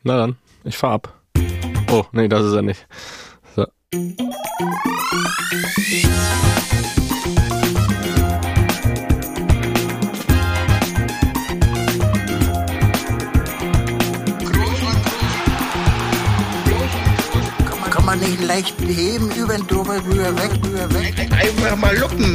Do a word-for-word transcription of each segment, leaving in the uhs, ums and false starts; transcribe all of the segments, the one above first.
Na dann, ich fahr ab. Oh, nee, das ist er nicht. So. Kann man nicht leicht beheben, über den drüber, rüber, weg, rüber, weg. Einfach mal luppen.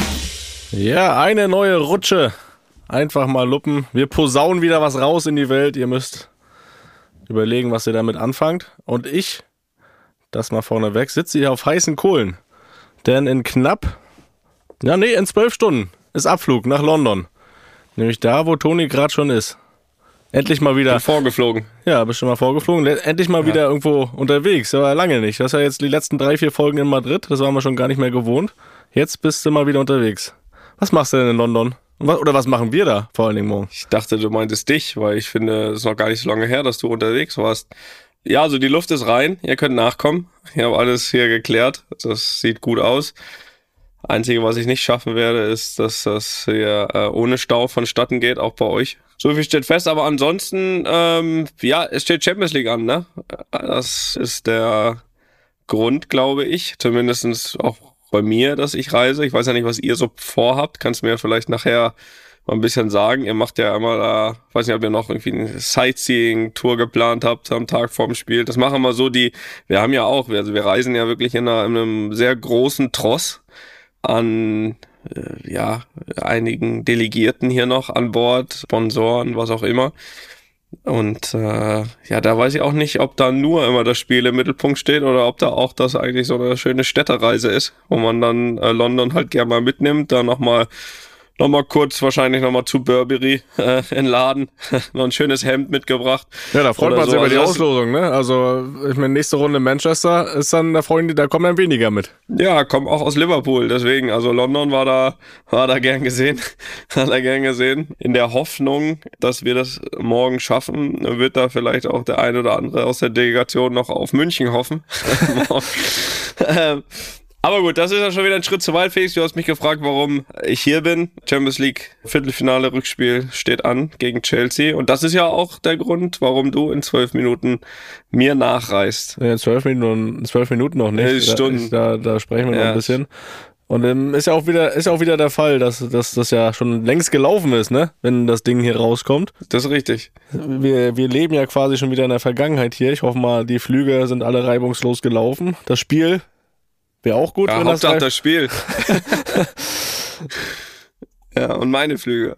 Ja, eine neue Rutsche. Einfach mal luppen. Wir posaunen wieder was raus in die Welt. Ihr müsst überlegen, was ihr damit anfangt. Und ich, das mal vorneweg, sitze hier auf heißen Kohlen. Denn in knapp, ja nee, in zwölf Stunden ist Abflug nach London. Nämlich da, wo Toni gerade schon ist. Endlich mal wieder. Bin vorgeflogen. Ja, bist schon mal vorgeflogen. Endlich mal ja. wieder irgendwo unterwegs. Aber lange nicht. Das ist ja jetzt die letzten drei, vier Folgen in Madrid. Das waren wir schon gar nicht mehr gewohnt. Jetzt bist du mal wieder unterwegs. Was machst du denn in London? Oder was machen wir da vor allen Dingen morgen? Ich dachte, du meintest dich, weil ich finde, es ist noch gar nicht so lange her, dass du unterwegs warst. Ja, also die Luft ist rein. Ihr könnt nachkommen. Ich habe alles hier geklärt. Das sieht gut aus. Einzige, was ich nicht schaffen werde, ist, dass das hier äh, ohne Stau vonstatten geht, auch bei euch. So viel steht fest, aber ansonsten, ähm, ja, es steht Champions League an, ne? Das ist der Grund, glaube ich, zumindest auch bei mir, dass ich reise. Ich weiß ja nicht, was ihr so vorhabt. Kannst du mir vielleicht nachher mal ein bisschen sagen. Ihr macht ja immer da, weiß nicht, ob ihr noch irgendwie eine Sightseeing-Tour geplant habt am Tag vorm Spiel. Das machen wir so, die, wir haben ja auch, also wir reisen ja wirklich in, einer, in einem sehr großen Tross an äh, ja einigen Delegierten hier noch an Bord, Sponsoren, was auch immer. Und äh, ja, da weiß ich auch nicht, ob da nur immer das Spiel im Mittelpunkt steht oder ob da auch das eigentlich so eine schöne Städtereise ist, wo man dann äh, London halt gerne mal mitnimmt, da nochmal Nochmal kurz, wahrscheinlich nochmal zu Burberry äh, in Laden. Noch ein schönes Hemd mitgebracht. Ja, da freut Oder man sich so. über die Also Auslosung, ne? Also, ich meine, nächste Runde Manchester ist dann, da freuen die, da kommen dann weniger mit. Ja, kommen auch aus Liverpool, deswegen, also London war da, war da gern gesehen. Hat er gern gesehen. In der Hoffnung, dass wir das morgen schaffen, wird da vielleicht auch der ein oder andere aus der Delegation noch auf München hoffen. ähm, Aber gut, das ist ja schon wieder ein Schritt zu weit, Felix. Du hast mich gefragt, warum ich hier bin. Champions League Viertelfinale Rückspiel steht an gegen Chelsea. Und das ist ja auch der Grund, warum du in zwölf Minuten mir nachreist. Ja, in zwölf Minuten, zwölf Minuten noch nicht. Ja, Stunden. Da, da, da sprechen wir ja. noch ein bisschen. Und ähm, ist ja auch wieder, ist ja auch wieder der Fall, dass, dass das ja schon längst gelaufen ist, ne? Wenn das Ding hier rauskommt. Das ist richtig. Wir, wir leben ja quasi schon wieder in der Vergangenheit hier. Ich hoffe mal, die Flüge sind alle reibungslos gelaufen. Das Spiel wäre auch gut, ja, wenn Hauptsache das... das Spiel. Ja, und meine Flüge.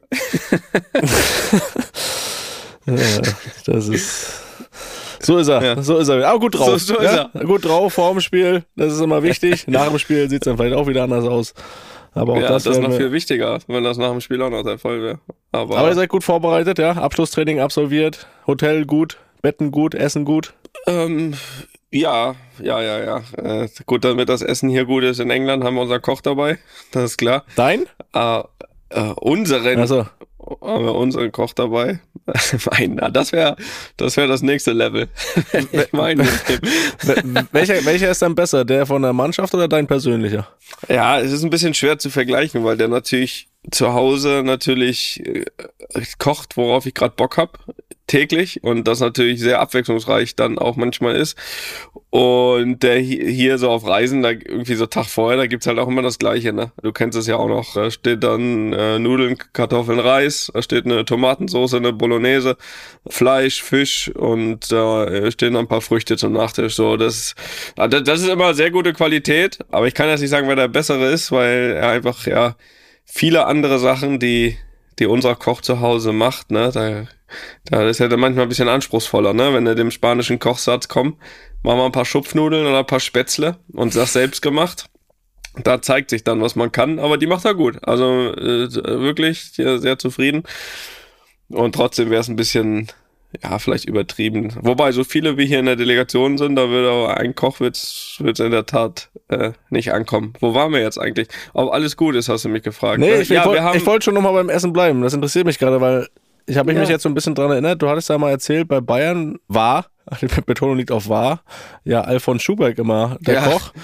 Ja, das ist... So ist er, ja. so ist er. Aber gut drauf. So, so ja? ist er. Gut drauf, vor dem Spiel, das ist immer wichtig. Nach dem Spiel sieht es dann vielleicht auch wieder anders aus. Aber auch ja, das, das ist noch wir... viel wichtiger, wenn das nach dem Spiel auch noch der Fall wäre. Aber, Aber ihr seid gut vorbereitet, ja? Abschlusstraining absolviert, Hotel gut, Betten gut, Essen gut? Ähm... Ja, ja, ja, ja. Äh, gut, damit das Essen hier gut ist in England, haben wir unseren Koch dabei. Das ist klar. Dein? Äh, äh, unseren. Ach so. Haben wir unseren Koch dabei. Mein, na, das wäre das wäre das nächste Level. Ich meine, welcher, welcher ist dann besser? Der von der Mannschaft oder dein persönlicher? Ja, es ist ein bisschen schwer zu vergleichen, weil der natürlich zu Hause natürlich äh, kocht, worauf ich gerade Bock hab, täglich, und das natürlich sehr abwechslungsreich dann auch manchmal ist. Und der hier so auf Reisen, da irgendwie so Tag vorher, da gibt's halt auch immer das Gleiche, ne? Du kennst es ja auch noch. Da steht dann äh, Nudeln, Kartoffeln, Reis, da steht eine Tomatensauce, eine Bolognese, Fleisch, Fisch und da äh, stehen noch ein paar Früchte zum Nachtisch. So, das, das ist immer sehr gute Qualität, aber ich kann jetzt nicht sagen, wer der bessere ist, weil er einfach, ja, viele andere Sachen, die die unser Koch zu Hause macht, ne, da, da ist er dann manchmal ein bisschen anspruchsvoller, ne, wenn er dem spanischen Kochsatz kommt, machen wir ein paar Schupfnudeln oder ein paar Spätzle und das selbst gemacht. Da zeigt sich dann, was man kann, aber die macht er gut. Also äh, wirklich sehr, sehr zufrieden. Und trotzdem wäre es ein bisschen, ja, vielleicht übertrieben. Wobei, so viele wie hier in der Delegation sind, da würde aber ein Koch wird's, wird's in der Tat äh, nicht ankommen. Wo waren wir jetzt eigentlich? Ob alles gut ist, hast du mich gefragt. Nee, ich, ja, ich wollte haben... wollt schon nochmal beim Essen bleiben. Das interessiert mich gerade, weil ich habe mich, ja. mich jetzt so ein bisschen dran erinnert. Du hattest ja mal erzählt, bei Bayern war, die Betonung liegt auf war, ja, Alfons Schubeck immer der ja. Koch.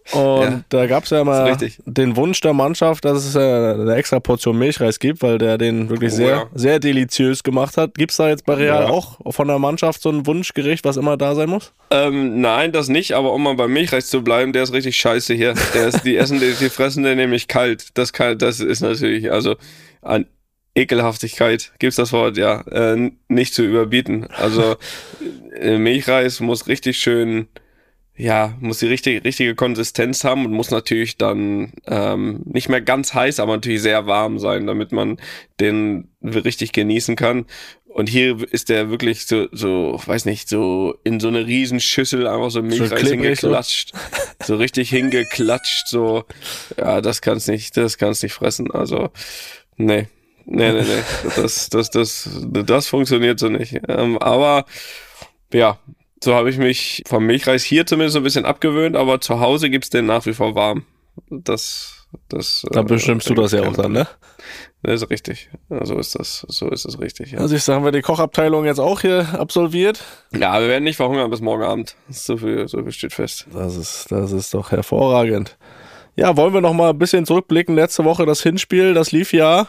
Und Ja, da gab es ja mal ist richtig. den Wunsch der Mannschaft, dass es äh, eine extra Portion Milchreis gibt, weil der den wirklich Oh, sehr, ja. sehr deliziös gemacht hat. Gibt es da jetzt bei Real Ja. auch von der Mannschaft so ein Wunschgericht, was immer da sein muss? Ähm, nein, das nicht, aber um mal beim Milchreis zu bleiben, der ist richtig scheiße hier. Der ist, die essen, die, die fressen den nämlich kalt. Das kann, das ist natürlich, also an Ekelhaftigkeit, gibt's das Wort, ja, äh, nicht zu überbieten. Also äh, Milchreis muss richtig schön, ja, muss die richtige, richtige Konsistenz haben und muss natürlich dann ähm, nicht mehr ganz heiß, aber natürlich sehr warm sein, damit man den richtig genießen kann. Und hier ist der wirklich so, so, weiß nicht, so in so eine riesen Schüssel einfach so Milchreis klebrig, so? hingeklatscht. So richtig hingeklatscht, so, ja, das kannst nicht, das kannst nicht fressen. Also, nee. Nee, nee, nee. Das, das, das, das funktioniert so nicht. Ähm, aber, ja, so habe ich mich vom Milchreis hier zumindest so ein bisschen abgewöhnt, aber zu Hause gibt's den nach wie vor warm. Das, das. Da bestimmst du das ja auch dann, ne? Das ist richtig. Ja, so ist das. So ist es richtig. Ja. Also ich sage, haben wir die Kochabteilung jetzt auch hier absolviert. Ja, wir werden nicht verhungern bis morgen Abend. So viel, so viel steht fest. Das ist, das ist doch hervorragend. Ja, wollen wir noch mal ein bisschen zurückblicken. Letzte Woche das Hinspiel, das lief ja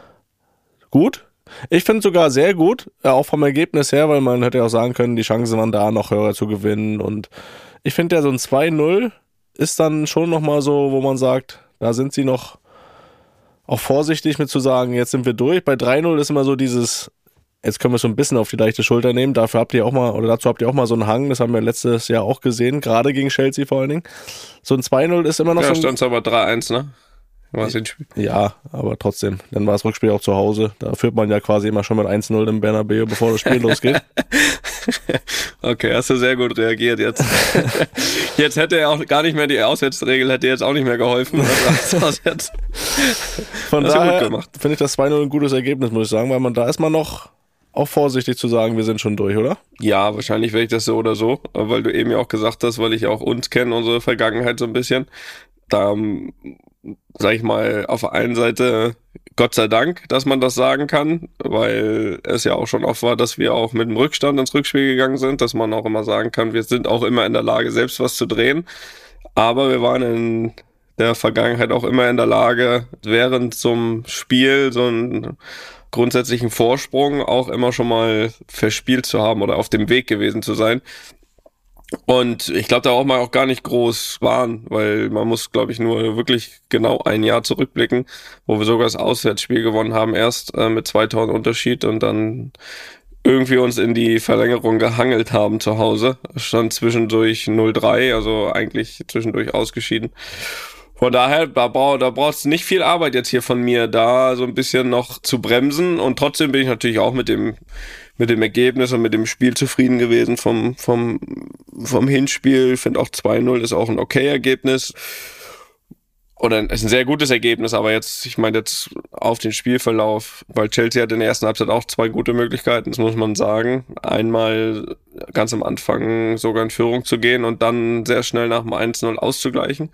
gut. Ich finde sogar sehr gut, ja, auch vom Ergebnis her, weil man hätte ja auch sagen können, die Chancen waren da, noch höher zu gewinnen. Und ich finde ja, so ein zwei null ist dann schon noch mal so, wo man sagt, da sind sie noch auch vorsichtig mit zu sagen, jetzt sind wir durch. Bei drei null ist immer so dieses, jetzt können wir es so ein bisschen auf die leichte Schulter nehmen. Dafür habt ihr auch mal, oder dazu habt ihr auch mal so einen Hang, das haben wir letztes Jahr auch gesehen, gerade gegen Chelsea vor allen Dingen. So ein zwei null ist immer noch Ja, so ein, stand's aber drei eins, ne? Was Hinspiel. ja, aber trotzdem, dann war das Rückspiel auch zu Hause. Da führt man ja quasi immer schon mit eins null im Bernabeu, bevor das Spiel losgeht. Okay, hast du sehr gut reagiert jetzt. Jetzt hätte er auch gar nicht mehr, die Auswärtsregel hätte jetzt auch nicht mehr geholfen. Also Auswärts. Von Hast du gut daher gemacht. finde ich das zwei null ein gutes Ergebnis, muss ich sagen, weil man da ist man noch auch vorsichtig zu sagen, wir sind schon durch, oder? Ja, wahrscheinlich werde ich das so oder so, weil du eben ja auch gesagt hast, weil ich auch uns kenne, unsere Vergangenheit so ein bisschen. Da, sag ich mal, auf der einen Seite Gott sei Dank, dass man das sagen kann, weil es ja auch schon oft war, dass wir auch mit dem Rückstand ins Rückspiel gegangen sind, dass man auch immer sagen kann, wir sind auch immer in der Lage, selbst was zu drehen. Aber wir waren in der Vergangenheit auch immer in der Lage, während zum Spiel so einen grundsätzlichen Vorsprung auch immer schon mal verspielt zu haben oder auf dem Weg gewesen zu sein. Und ich glaube, da auch mal auch gar nicht groß waren, weil man muss, glaube ich, nur wirklich genau ein Jahr zurückblicken, wo wir sogar das Auswärtsspiel gewonnen haben, erst äh, mit zweitausend Unterschied und dann irgendwie uns in die Verlängerung gehangelt haben zu Hause. Stand zwischendurch null drei, also eigentlich zwischendurch ausgeschieden. Von daher, da, brauch, da brauchst du nicht viel Arbeit jetzt hier von mir, da so ein bisschen noch zu bremsen. Und trotzdem bin ich natürlich auch mit dem mit dem Ergebnis und mit dem Spiel zufrieden gewesen vom vom vom Hinspiel. Ich finde auch zwei null ist auch ein okay Ergebnis. Oder ist ein sehr gutes Ergebnis, aber jetzt, ich meine jetzt auf den Spielverlauf, weil Chelsea hat in der ersten Halbzeit auch zwei gute Möglichkeiten, das muss man sagen. Einmal ganz am Anfang sogar in Führung zu gehen und dann sehr schnell nach dem eins null auszugleichen.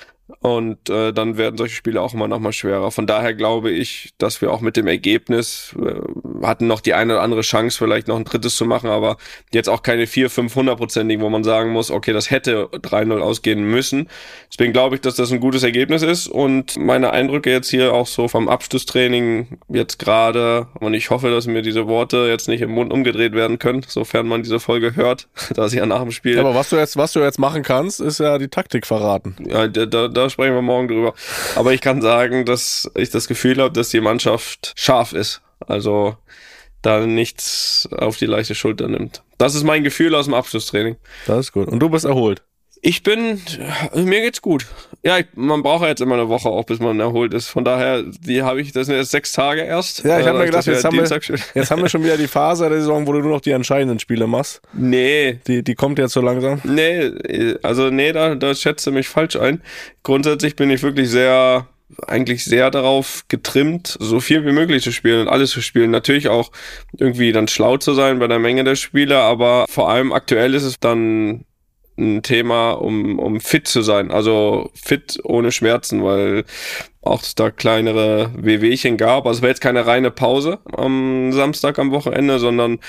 Und äh, dann werden solche Spiele auch immer noch mal schwerer. Von daher glaube ich, dass wir auch mit dem Ergebnis äh, hatten noch die eine oder andere Chance, vielleicht noch ein drittes zu machen, aber jetzt auch keine vier, fünf hundertprozentigen, wo man sagen muss, okay, das hätte drei null ausgehen müssen. Deswegen glaube ich, dass das ein gutes Ergebnis ist und meine Eindrücke jetzt hier auch so vom Abschlusstraining jetzt gerade, und ich hoffe, dass mir diese Worte jetzt nicht im Mund umgedreht werden können, sofern man diese Folge hört, da sie ja nach dem Spiel... Aber was du jetzt, was du jetzt machen kannst, ist ja die Taktik verraten. Ja, da, da, da sprechen wir morgen drüber. Aber ich kann sagen, dass ich das Gefühl habe, dass die Mannschaft scharf ist. Also da nichts auf die leichte Schulter nimmt. Das ist mein Gefühl aus dem Abschlusstraining. Das ist gut. Und du bist erholt? Ich bin, mir geht's gut. Ja, ich, man braucht ja jetzt immer eine Woche auch, bis man erholt ist. Von daher, die habe ich, das sind jetzt sechs Tage erst. Ja, ich habe äh, mir gedacht, jetzt haben, wir, Dienstag jetzt haben wir schon wieder die Phase der Saison, wo du nur noch die entscheidenden Spiele machst. Nee. Die, die kommt jetzt so langsam. Nee, also nee, da, da schätze mich falsch ein. Grundsätzlich bin ich wirklich sehr... eigentlich sehr darauf getrimmt, so viel wie möglich zu spielen und alles zu spielen. Natürlich auch irgendwie dann schlau zu sein bei der Menge der Spieler, aber vor allem aktuell ist es dann ein Thema, um, um fit zu sein. Also fit ohne Schmerzen, weil auch es da kleinere Wehwehchen gab. Also es war jetzt keine reine Pause am Samstag am Wochenende, sondern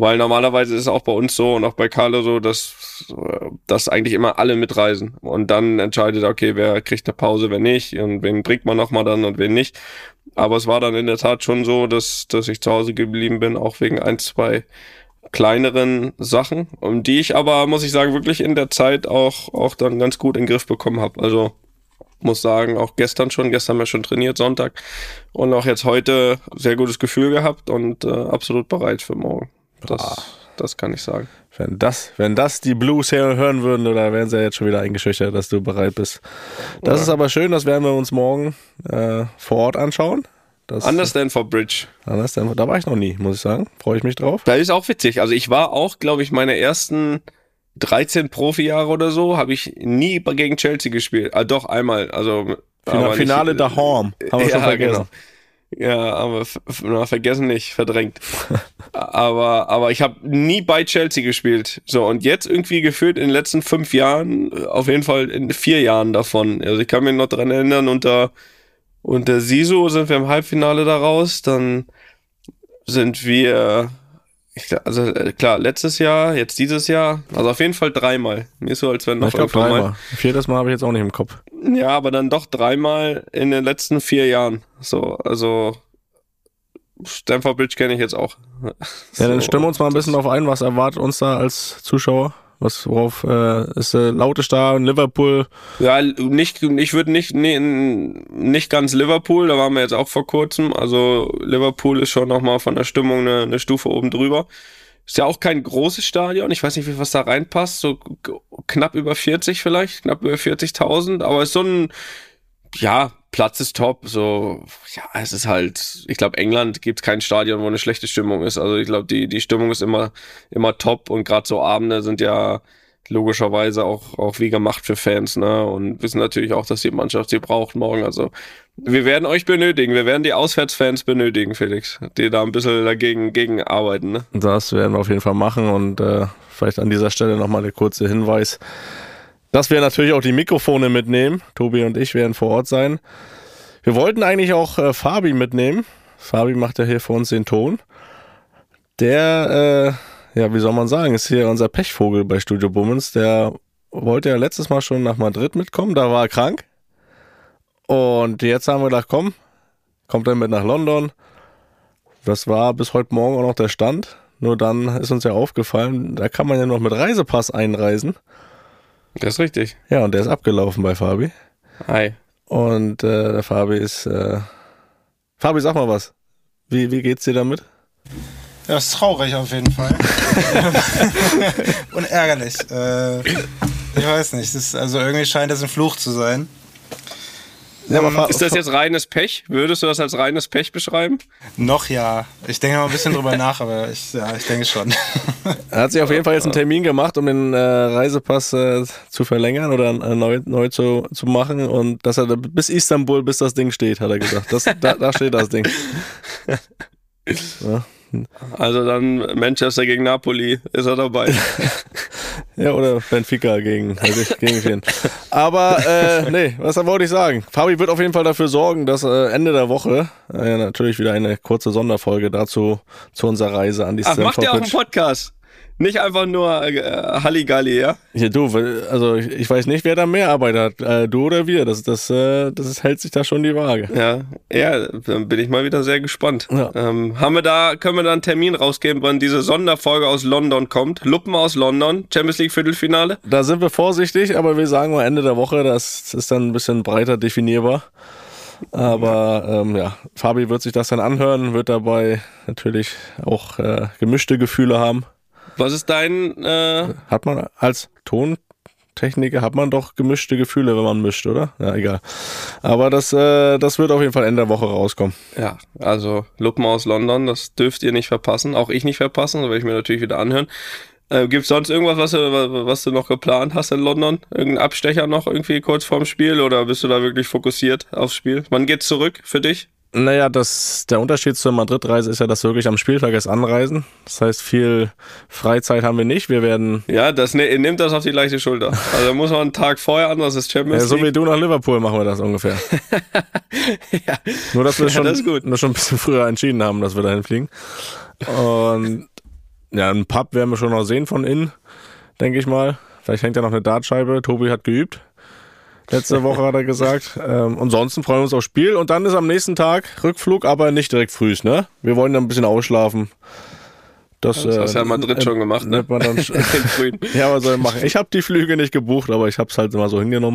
Weil normalerweise ist es auch bei uns so und auch bei Carlo so, dass, dass eigentlich immer alle mitreisen. Und dann entscheidet, okay, wer kriegt eine Pause, wer nicht und wen bringt man nochmal dann und wen nicht. Aber es war dann in der Tat schon so, dass, dass ich zu Hause geblieben bin, auch wegen ein, zwei kleineren Sachen, um die ich aber, muss ich sagen, wirklich in der Zeit auch, auch dann ganz gut in den Griff bekommen habe. Also muss sagen, auch gestern schon, gestern haben wir schon trainiert, Sonntag, und auch jetzt heute sehr gutes Gefühl gehabt und äh, absolut bereit für morgen. Das, das kann ich sagen. Wenn das, wenn das die Blues hören würden, oder wären sie ja jetzt schon wieder eingeschüchtert, dass du bereit bist. Das ja. ist aber schön, das werden wir uns morgen äh, vor Ort anschauen. Das, an der Stanford Bridge. An der Stanford, da war ich noch nie, muss ich sagen. Freue ich mich drauf. Da ist auch witzig. Also ich war auch, glaube ich, meine ersten dreizehn Profijahre oder so, habe ich nie gegen Chelsea gespielt. Ah, doch, einmal. Also Final, Finale da Horm, haben wir ja, schon vergessen. Genau. Ja, aber na, vergessen nicht, verdrängt. aber aber ich habe nie bei Chelsea gespielt. So, und jetzt irgendwie gefühlt in den letzten fünf Jahren, auf jeden Fall in vier Jahren davon. Also ich kann mich noch dran erinnern, unter, unter Sisu sind wir im Halbfinale da raus, dann sind wir, ich, also klar, letztes Jahr, jetzt dieses Jahr, also auf jeden Fall dreimal. Mir ist so, als wenn noch ich glaube dreimal. Viertes Mal habe ich jetzt auch nicht im Kopf. Ja, aber dann doch dreimal in den letzten vier Jahren. So, also Stamford Bridge kenne ich jetzt auch. Ja, so, dann stimmen wir uns mal ein bisschen drauf ein, was erwartet uns da als Zuschauer? Was, worauf äh, ist äh, lautes Stadion, Liverpool? Ja, nicht, ich würde nicht, nee, nicht ganz Liverpool, da waren wir jetzt auch vor kurzem. Also Liverpool ist schon nochmal von der Stimmung eine, eine Stufe oben drüber. Ist ja auch kein großes Stadion, ich weiß nicht, wie was da reinpasst, so knapp über vierzig vielleicht, knapp über vierzigtausend, aber ist so ein, ja, Platz ist top, so, ja, es ist halt, ich glaube, England gibt es kein Stadion, wo eine schlechte Stimmung ist, also ich glaube, die die Stimmung ist immer immer top und gerade so Abende sind ja logischerweise auch auch wie gemacht für Fans, ne, und wissen natürlich auch, dass die Mannschaft sie braucht morgen, also wir werden euch benötigen, wir werden die Auswärtsfans benötigen, Felix, die da ein bisschen dagegen gegen arbeiten, ne. Das werden wir auf jeden Fall machen und äh, vielleicht an dieser Stelle nochmal der kurze Hinweis, dass wir natürlich auch die Mikrofone mitnehmen. Tobi und ich werden vor Ort sein. Wir wollten eigentlich auch äh, Fabi mitnehmen. Fabi macht ja hier für uns den Ton. Der, äh, ja, wie soll man sagen, ist hier unser Pechvogel bei Studio Bummens. Der wollte ja letztes Mal schon nach Madrid mitkommen, da war er krank. Und jetzt haben wir gedacht, komm, kommt er mit nach London. Das war bis heute Morgen auch noch der Stand. Nur dann ist uns ja aufgefallen, da kann man ja noch mit Reisepass einreisen. Das ist richtig. Ja, und der ist abgelaufen bei Fabi. Hi. Und äh, der Fabi ist... Äh Fabi, sag mal was. Wie, wie geht's dir damit? Ja, ist traurig auf jeden Fall. Und ärgerlich. Äh, ich weiß nicht. Das ist, also irgendwie scheint das ein Fluch zu sein. Ja, aber ist das jetzt reines Pech? Würdest du das als reines Pech beschreiben? Noch ja. Ich denke mal ein bisschen drüber nach, aber ich, ja, ich denke schon. Er hat sich auf jeden Fall jetzt einen Termin gemacht, um den äh, Reisepass äh, zu verlängern oder äh, neu, neu zu, zu machen. Und dass er bis Istanbul, bis das Ding steht, hat er gesagt. Das, da, da steht das Ding. Ja. Also dann Manchester gegen Napoli ist er dabei. Ja, oder Benfica gegen, also gegen wen. Aber, äh, nee, was wollte ich sagen? Fabi wird auf jeden Fall dafür sorgen, dass äh, Ende der Woche äh, natürlich wieder eine kurze Sonderfolge dazu zu unserer Reise an die Ach, Stamford macht ihr auch Bridge. einen Podcast? Nicht einfach nur äh, Halligalli, ja? Ja, du, also ich, ich weiß nicht, wer da mehr Arbeit hat, äh, du oder wir. Das, das, äh, das hält sich da schon die Waage. Ja, ja, dann bin ich mal wieder sehr gespannt. Ja. Ähm, haben wir da, können wir da einen Termin rausgeben, wann diese Sonderfolge aus London kommt? Luppen aus London, Champions League Viertelfinale? Da sind wir vorsichtig, aber wir sagen mal Ende der Woche, das ist dann ein bisschen breiter definierbar. Aber ähm, ja, Fabi wird sich das dann anhören, wird dabei natürlich auch äh, gemischte Gefühle haben. Was ist dein... Äh Hat man als Tontechniker, hat man doch gemischte Gefühle, wenn man mischt, oder? Ja, egal. Aber das, äh, das wird auf jeden Fall Ende der Woche rauskommen. Ja, also Luppen aus London, das dürft ihr nicht verpassen. Auch ich nicht verpassen, das werde ich mir natürlich wieder anhören. Äh, Gibt es sonst irgendwas, was du, was du noch geplant hast in London? Irgendein Abstecher noch irgendwie kurz vorm Spiel? Oder bist du da wirklich fokussiert aufs Spiel? Wann geht's zurück für dich? Naja, das, der Unterschied zur Madrid-Reise ist ja, dass wir wirklich am Spieltag erst anreisen. Das heißt, viel Freizeit haben wir nicht. Wir werden... Ja, das ne, nehmt das auf die leichte Schulter. Also da muss man einen Tag vorher an, das ist Champions League. Ja, so wie League. du nach Liverpool machen wir das ungefähr. Ja. Nur, dass wir schon, ja, das ist gut. nur schon ein bisschen früher entschieden haben, dass wir dahin fliegen. Und Ja, einen Pub werden wir schon noch sehen von innen, denke ich mal. Vielleicht hängt ja noch eine Dartscheibe. Tobi hat geübt. Letzte Woche hat er gesagt. Ähm, ansonsten freuen wir uns aufs Spiel. Und dann ist am nächsten Tag Rückflug, aber nicht direkt frühs, ne? Wir wollen dann ein bisschen ausschlafen. Das, das äh, hast du ja in Madrid äh, schon gemacht, ne? Man dann ja, was soll ich machen? Ich habe die Flüge nicht gebucht, aber ich habe es halt immer so hingenommen.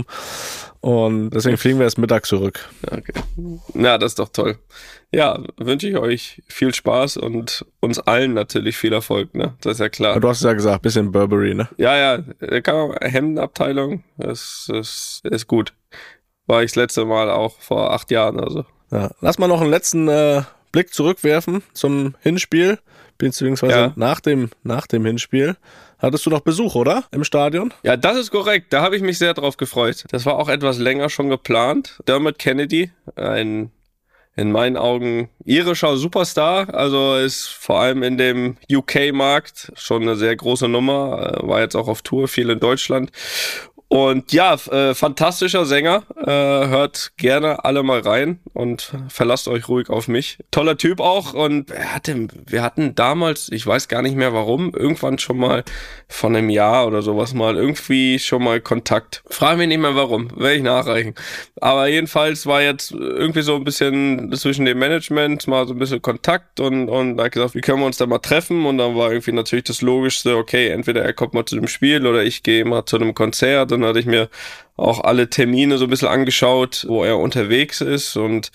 Und deswegen fliegen wir erst Mittag zurück. Okay. Na, das ist doch toll. Ja, wünsche ich euch viel Spaß und uns allen natürlich viel Erfolg, ne? Das ist ja klar. Aber du hast es ja gesagt, bisschen Burberry, ne? Ja, ja, kann man, Hemdenabteilung, das, das ist gut. War ich das letzte Mal auch vor acht Jahren, also. Ja, lass mal noch einen letzten äh, Blick zurückwerfen zum Hinspiel, beziehungsweise ja. nach dem, nach dem Hinspiel. Hattest du noch Besuch, oder? Im Stadion? Ja, das ist korrekt. Da habe ich mich sehr drauf gefreut. Das war auch etwas länger schon geplant. Dermot Kennedy, ein in meinen Augen irischer Superstar, also ist vor allem in dem U K-Markt schon eine sehr große Nummer, war jetzt auch auf Tour, viel in Deutschland. Und ja, äh, fantastischer Sänger, äh, hört gerne alle mal rein und verlasst euch ruhig auf mich. Toller Typ auch und er hatte, wir hatten damals, ich weiß gar nicht mehr warum, irgendwann schon mal von einem Jahr oder sowas mal irgendwie schon mal Kontakt. Frage mich nicht mehr warum, werde ich nachreichen. Aber jedenfalls war jetzt irgendwie so ein bisschen zwischen dem Management mal so ein bisschen Kontakt und, und er hat gesagt, wie können wir uns da mal treffen? Und dann war irgendwie natürlich das Logischste, okay, entweder er kommt mal zu dem Spiel oder ich gehe mal zu einem Konzert. Dann hatte ich mir auch alle Termine so ein bisschen angeschaut, wo er unterwegs ist und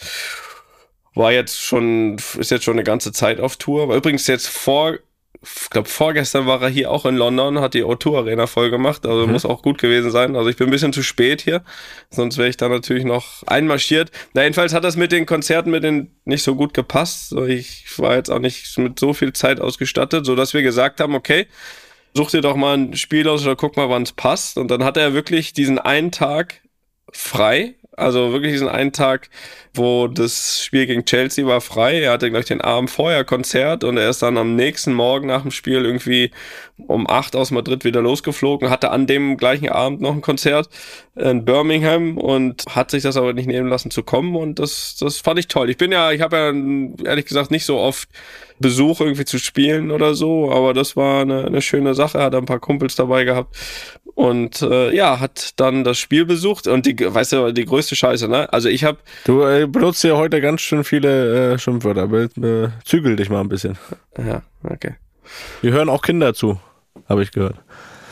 war jetzt schon, ist jetzt schon eine ganze Zeit auf Tour. War übrigens jetzt vor, ich glaube vorgestern war er hier auch in London, hat die O zwei Arena voll gemacht, also mhm. muss auch gut gewesen sein. Also ich bin ein bisschen zu spät hier, sonst wäre ich da natürlich noch einmarschiert. Na, jedenfalls hat das mit den Konzerten mit den nicht so gut gepasst. Ich war jetzt auch nicht mit so viel Zeit ausgestattet, so dass wir gesagt haben, okay, such dir doch mal ein Spiel aus oder guck mal, wann es passt. Und dann hat er wirklich diesen einen Tag frei. Also wirklich diesen einen Tag, wo das Spiel gegen Chelsea war, frei. Er hatte gleich den Abend vorher Konzert und er ist dann am nächsten Morgen nach dem Spiel irgendwie um acht aus Madrid wieder losgeflogen, hatte an dem gleichen Abend noch ein Konzert in Birmingham und hat sich das aber nicht nehmen lassen zu kommen und das, das fand ich toll. Ich bin ja, ich habe ja ehrlich gesagt nicht so oft Besuch irgendwie zu spielen oder so, aber das war eine, eine schöne Sache, hat ein paar Kumpels dabei gehabt und äh, ja, hat dann das Spiel besucht und die, weißt du, die größte Scheiße, ne? Also ich habe Du äh, benutzt ja heute ganz schön viele äh, Schimpfwörter, äh, zügel dich mal ein bisschen. Ja, okay. Wir hören auch Kinder zu, habe ich gehört.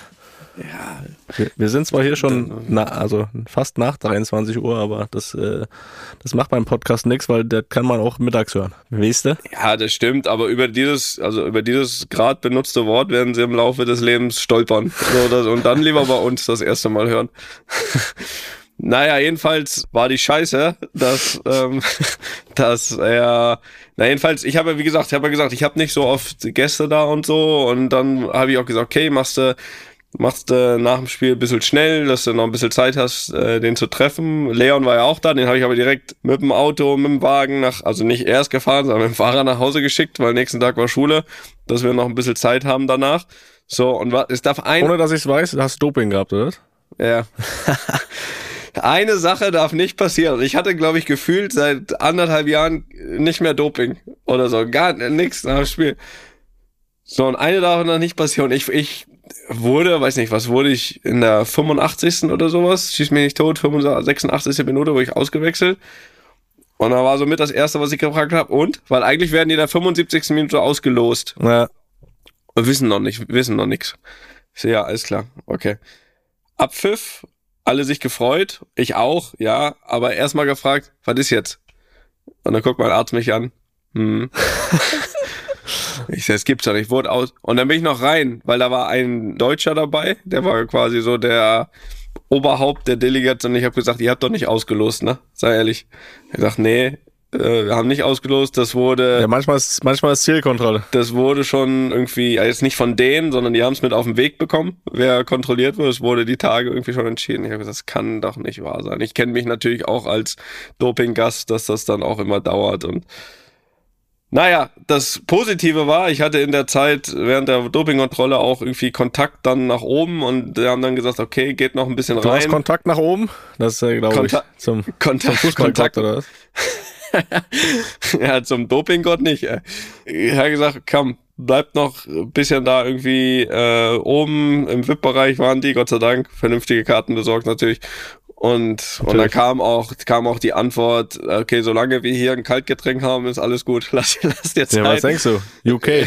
Ja. Wir, wir sind zwar hier schon, na, also fast nach dreiundzwanzig Uhr, aber das, äh, das macht beim Podcast nichts, weil das kann man auch mittags hören. Weißt du? Ja, das stimmt, aber über dieses, also über dieses gerade benutzte Wort werden sie im Laufe des Lebens stolpern. So, das, und dann lieber bei uns das erste Mal hören. Naja, jedenfalls war die Scheiße, dass, ähm, dass er, na jedenfalls, ich habe ja, wie gesagt, ich habe ja gesagt, ich habe nicht so oft Gäste da und so und dann habe ich auch gesagt, okay, machst du, machst du nach dem Spiel ein bisschen schnell, dass du noch ein bisschen Zeit hast, äh, den zu treffen. Leon war ja auch da, den habe ich aber direkt mit dem Auto, mit dem Wagen nach, also nicht erst gefahren, sondern mit dem Fahrer nach Hause geschickt, weil nächsten Tag war Schule, dass wir noch ein bisschen Zeit haben danach. So, und was, es darf ein... Ohne, dass ich es weiß, hast du Doping gehabt, oder? Ja. Eine Sache darf nicht passieren. Ich hatte, glaube ich, gefühlt seit anderthalb Jahren nicht mehr Doping oder so. Gar nichts nach dem Spiel. So, und eine darf noch nicht passieren. Ich, ich wurde, weiß nicht, was wurde ich in der fünfundachtzigsten oder sowas, schieß mich nicht tot, sechsundachtzigste Minute wurde ich ausgewechselt. Und da war so mit das Erste, was ich gefragt habe. Und? Weil eigentlich werden die in der fünfundsiebzigsten Minute ausgelost. Ja. Und wissen noch nicht, wissen noch nichts. Ich so, ja, alles klar, okay. Abpfiff. Alle sich gefreut, ich auch, ja, aber erstmal gefragt, was ist jetzt? Und dann guckt mein Arzt mich an. Hm. Ich sag, es gibt's doch nicht, ich wurde aus. Und dann bin ich noch rein, weil da war ein Deutscher dabei, der war quasi so der Oberhaupt der Delegation und ich habe gesagt, ihr habt doch nicht ausgelost, ne? Sei ehrlich. Er sagt, nee, äh, wir haben nicht ausgelost, das wurde... Ja, manchmal ist, manchmal ist Zielkontrolle. Das wurde schon irgendwie, jetzt nicht von denen, sondern die haben es mit auf den Weg bekommen, wer kontrolliert wird. Es wurde die Tage irgendwie schon entschieden. Ich habe gesagt, das kann doch nicht wahr sein. Ich kenne mich natürlich auch als Dopinggast, dass das dann auch immer dauert. Und naja, das Positive war, ich hatte in der Zeit während der Dopingkontrolle auch irgendwie Kontakt dann nach oben und die haben dann gesagt, okay, geht noch ein bisschen rein. Du hast Kontakt nach oben? Das ist ja, glaube Konta- ich, zum, Kontakt, zum Fußkontakt oder was? Ja, zum Dopinggott nicht. Ich habe gesagt, komm, bleibt noch ein bisschen da irgendwie äh, oben im V I P-Bereich waren die, Gott sei Dank, vernünftige Karten besorgt natürlich. Und, und dann kam auch, kam auch die Antwort, okay, solange wir hier ein Kaltgetränk haben, ist alles gut. Lass, lass dir Zeit. Ja, was denkst du? U K.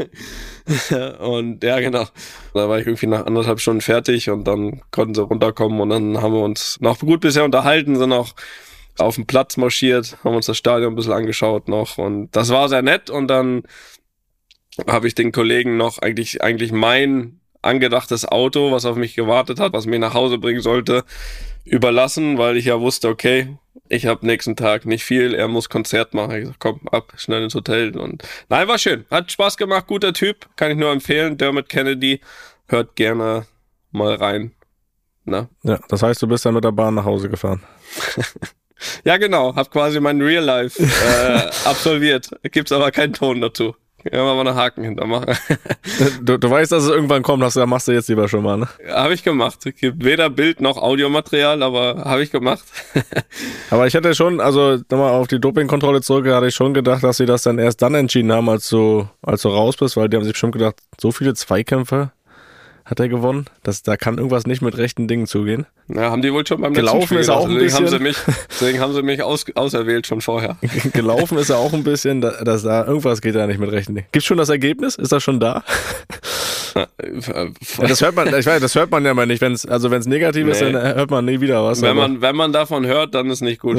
Und ja, genau. Da war ich irgendwie nach anderthalb Stunden fertig und dann konnten sie runterkommen und dann haben wir uns noch gut bisher unterhalten, sind auch auf den Platz marschiert, haben uns das Stadion ein bisschen angeschaut noch und das war sehr nett und dann habe ich den Kollegen noch eigentlich, eigentlich mein angedachtes Auto, was auf mich gewartet hat, was mich nach Hause bringen sollte, überlassen, weil ich ja wusste, okay, ich habe nächsten Tag nicht viel, er muss Konzert machen. Ich gesagt, komm, ab, schnell ins Hotel. Und nein, war schön. Hat Spaß gemacht, guter Typ, kann ich nur empfehlen. Dermot Kennedy, hört gerne mal rein. Na? Ja, das heißt, du bist dann mit der Bahn nach Hause gefahren. Ja, genau, hab quasi mein Real Life äh, absolviert. Gibt's aber keinen Ton dazu. Ja, mal einen Haken hintermachen. Du, du weißt, dass es irgendwann kommt, hast du, da machst du jetzt lieber schon mal, ne? Habe ich gemacht. Es gibt weder Bild noch Audiomaterial, aber habe ich gemacht. Aber ich hätte schon, also nochmal auf die Dopingkontrolle zurück, hatte ich schon gedacht, dass sie das dann erst dann entschieden haben, als du, als du raus bist, weil die haben sich bestimmt gedacht, so viele Zweikämpfe hat er gewonnen, dass da kann irgendwas nicht mit rechten Dingen zugehen. Ja, haben die wohl schon beim letzten Gelaufen Spiel ist er auch ein deswegen bisschen. Haben sie mich, deswegen haben sie mich aus, auserwählt schon vorher. Gelaufen ist er auch ein bisschen, dass da irgendwas geht da nicht mit rechten Dingen. Gibt's schon das Ergebnis? Ist das schon da? Ja, das hört man, ich weiß, das hört man ja mal nicht. Wenn's, also wenn es negativ nee. ist, dann hört man nie wieder was. Wenn man, wenn man davon hört, dann ist nicht gut.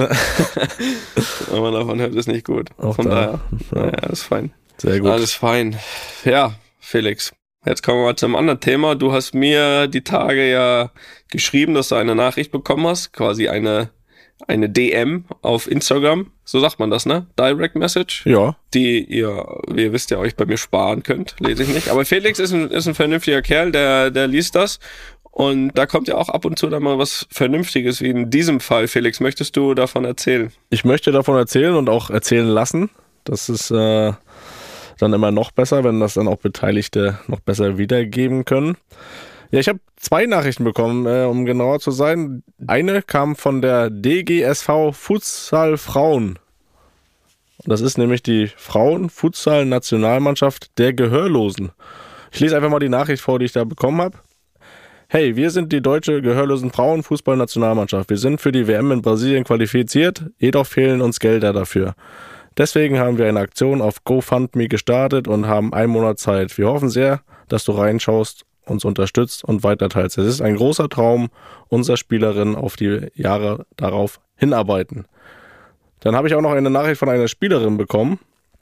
Wenn man davon hört, ist nicht gut. Auch Von da. daher, ja, ist fein. Sehr gut. Alles fein. Ja, Felix. Jetzt kommen wir mal zum anderen Thema. Du hast mir die Tage ja geschrieben, dass du eine Nachricht bekommen hast, quasi eine eine D M auf Instagram, so sagt man das, ne? Direct Message. Ja. Die ihr, wie ihr wisst ja, euch bei mir sparen könnt, lese ich nicht. Aber Felix ist ein, ist ein vernünftiger Kerl, der, der liest das. Und da kommt ja auch ab und zu dann mal was Vernünftiges, wie in diesem Fall. Felix, möchtest du davon erzählen? Ich möchte davon erzählen und auch erzählen lassen. Das ist äh, dann immer noch besser, wenn das dann auch Beteiligte noch besser wiedergeben können. Ja, ich habe zwei Nachrichten bekommen, äh, um genauer zu sein. Eine kam von der D G S V Futsal Frauen. Das ist nämlich die Frauen-Futsal-Nationalmannschaft der Gehörlosen. Ich lese einfach mal die Nachricht vor, die ich da bekommen habe. Hey, wir sind die deutsche gehörlosen Frauen-Fußball-Nationalmannschaft. Wir sind für die W M in Brasilien qualifiziert, jedoch fehlen uns Gelder dafür. Deswegen haben wir eine Aktion auf GoFundMe gestartet und haben einen Monat Zeit. Wir hoffen sehr, dass du reinschaust, uns unterstützt und weiterteilst. Es ist ein großer Traum unserer Spielerinnen auf die Jahre darauf hinarbeiten. Dann habe ich auch noch eine Nachricht von einer Spielerin bekommen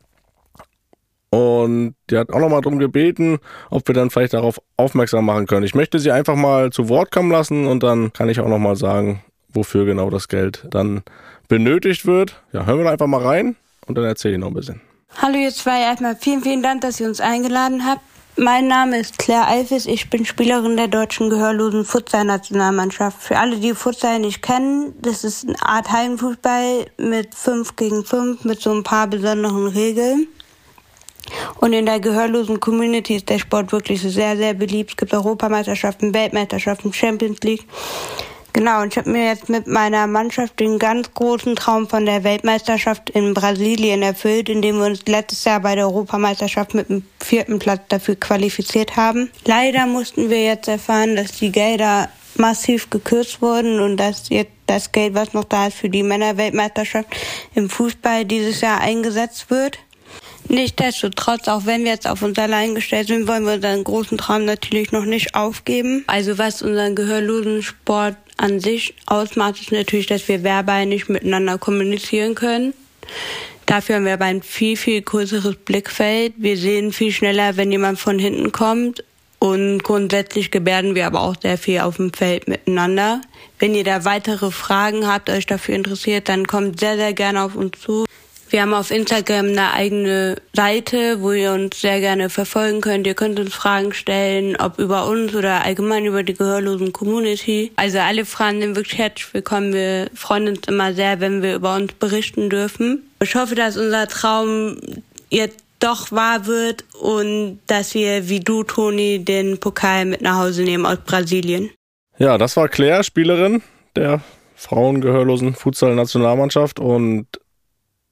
und die hat auch nochmal darum gebeten, ob wir dann vielleicht darauf aufmerksam machen können. Ich möchte sie einfach mal zu Wort kommen lassen und dann kann ich auch nochmal sagen, wofür genau das Geld dann benötigt wird. Ja, hören wir da einfach mal rein und dann erzähle ich noch ein bisschen. Hallo ihr zwei, erstmal vielen, vielen Dank, dass ihr uns eingeladen habt. Mein Name ist Claire Eifes, ich bin Spielerin der deutschen gehörlosen Futsal-Nationalmannschaft. Für alle, die Futsal nicht kennen, das ist eine Art Hallenfußball mit fünf gegen fünf, mit so ein paar besonderen Regeln. Und in der gehörlosen Community ist der Sport wirklich sehr, sehr beliebt. Es gibt Europameisterschaften, Weltmeisterschaften, Champions League. Genau, und ich habe mir jetzt mit meiner Mannschaft den ganz großen Traum von der Weltmeisterschaft in Brasilien erfüllt, indem wir uns letztes Jahr bei der Europameisterschaft mit dem vierten Platz dafür qualifiziert haben. Leider mussten wir jetzt erfahren, dass die Gelder massiv gekürzt wurden und dass jetzt das Geld, was noch da ist für die Männerweltmeisterschaft im Fußball dieses Jahr eingesetzt wird. Nichtsdestotrotz, auch wenn wir jetzt auf uns allein gestellt sind, wollen wir unseren großen Traum natürlich noch nicht aufgeben. Also was unseren gehörlosen Sport an sich ausmacht, ist natürlich, dass wir verbal miteinander kommunizieren können. Dafür haben wir aber ein viel, viel größeres Blickfeld. Wir sehen viel schneller, wenn jemand von hinten kommt. Und grundsätzlich gebärden wir aber auch sehr viel auf dem Feld miteinander. Wenn ihr da weitere Fragen habt, euch dafür interessiert, dann kommt sehr, sehr gerne auf uns zu. Wir haben auf Instagram eine eigene Seite, wo ihr uns sehr gerne verfolgen könnt. Ihr könnt uns Fragen stellen, ob über uns oder allgemein über die gehörlosen Community. Also alle Fragen sind wirklich herzlich willkommen. Wir freuen uns immer sehr, wenn wir über uns berichten dürfen. Ich hoffe, dass unser Traum jetzt doch wahr wird und dass wir, wie du, Toni, den Pokal mit nach Hause nehmen aus Brasilien. Ja, das war Claire, Spielerin der Frauengehörlosen Futsal-Nationalmannschaft und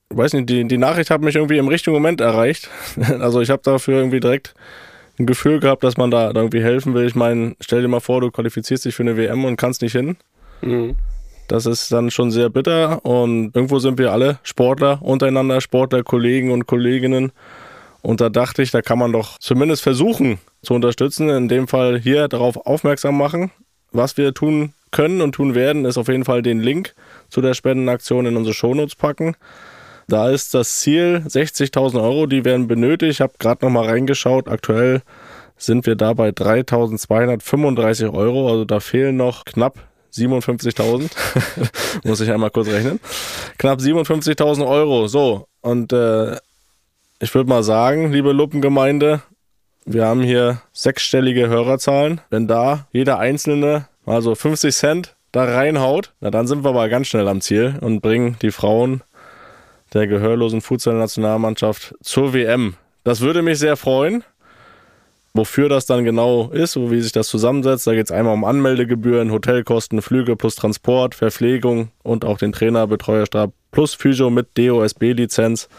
weiß nicht, die, die Nachricht hat mich irgendwie im richtigen Moment erreicht. Also ich habe dafür irgendwie direkt ein Gefühl gehabt, dass man da irgendwie helfen will. Ich meine, stell dir mal vor, du qualifizierst dich für eine W M und kannst nicht hin. Mhm. Das ist dann schon sehr bitter und irgendwo sind wir alle Sportler untereinander, Sportler, Kollegen und Kolleginnen. Und da dachte ich, da kann man doch zumindest versuchen zu unterstützen. In dem Fall hier darauf aufmerksam machen. Was wir tun können und tun werden, ist auf jeden Fall den Link zu der Spendenaktion in unsere Shownotes packen. Da ist das Ziel sechzigtausend Euro, die werden benötigt. Ich habe gerade noch mal reingeschaut. Aktuell sind wir da bei dreitausendzweihundertfünfunddreißig Euro. Also da fehlen noch knapp siebenundfünfzigtausend. Muss ich einmal kurz rechnen. Knapp siebenundfünfzigtausend Euro. So, und äh, ich würde mal sagen, liebe Luppengemeinde, wir haben hier sechsstellige Hörerzahlen. Wenn da jeder Einzelne mal so fünfzig Cent da reinhaut, na dann sind wir aber ganz schnell am Ziel und bringen die Frauen der gehörlosen Futsal-Nationalmannschaft zur W M. Das würde mich sehr freuen. Wofür das dann genau ist, wie sich das zusammensetzt, da geht es einmal um Anmeldegebühren, Hotelkosten, Flüge plus Transport, Verpflegung und auch den Trainer, Betreuerstab plus Physio mit D O S B-Lizenz.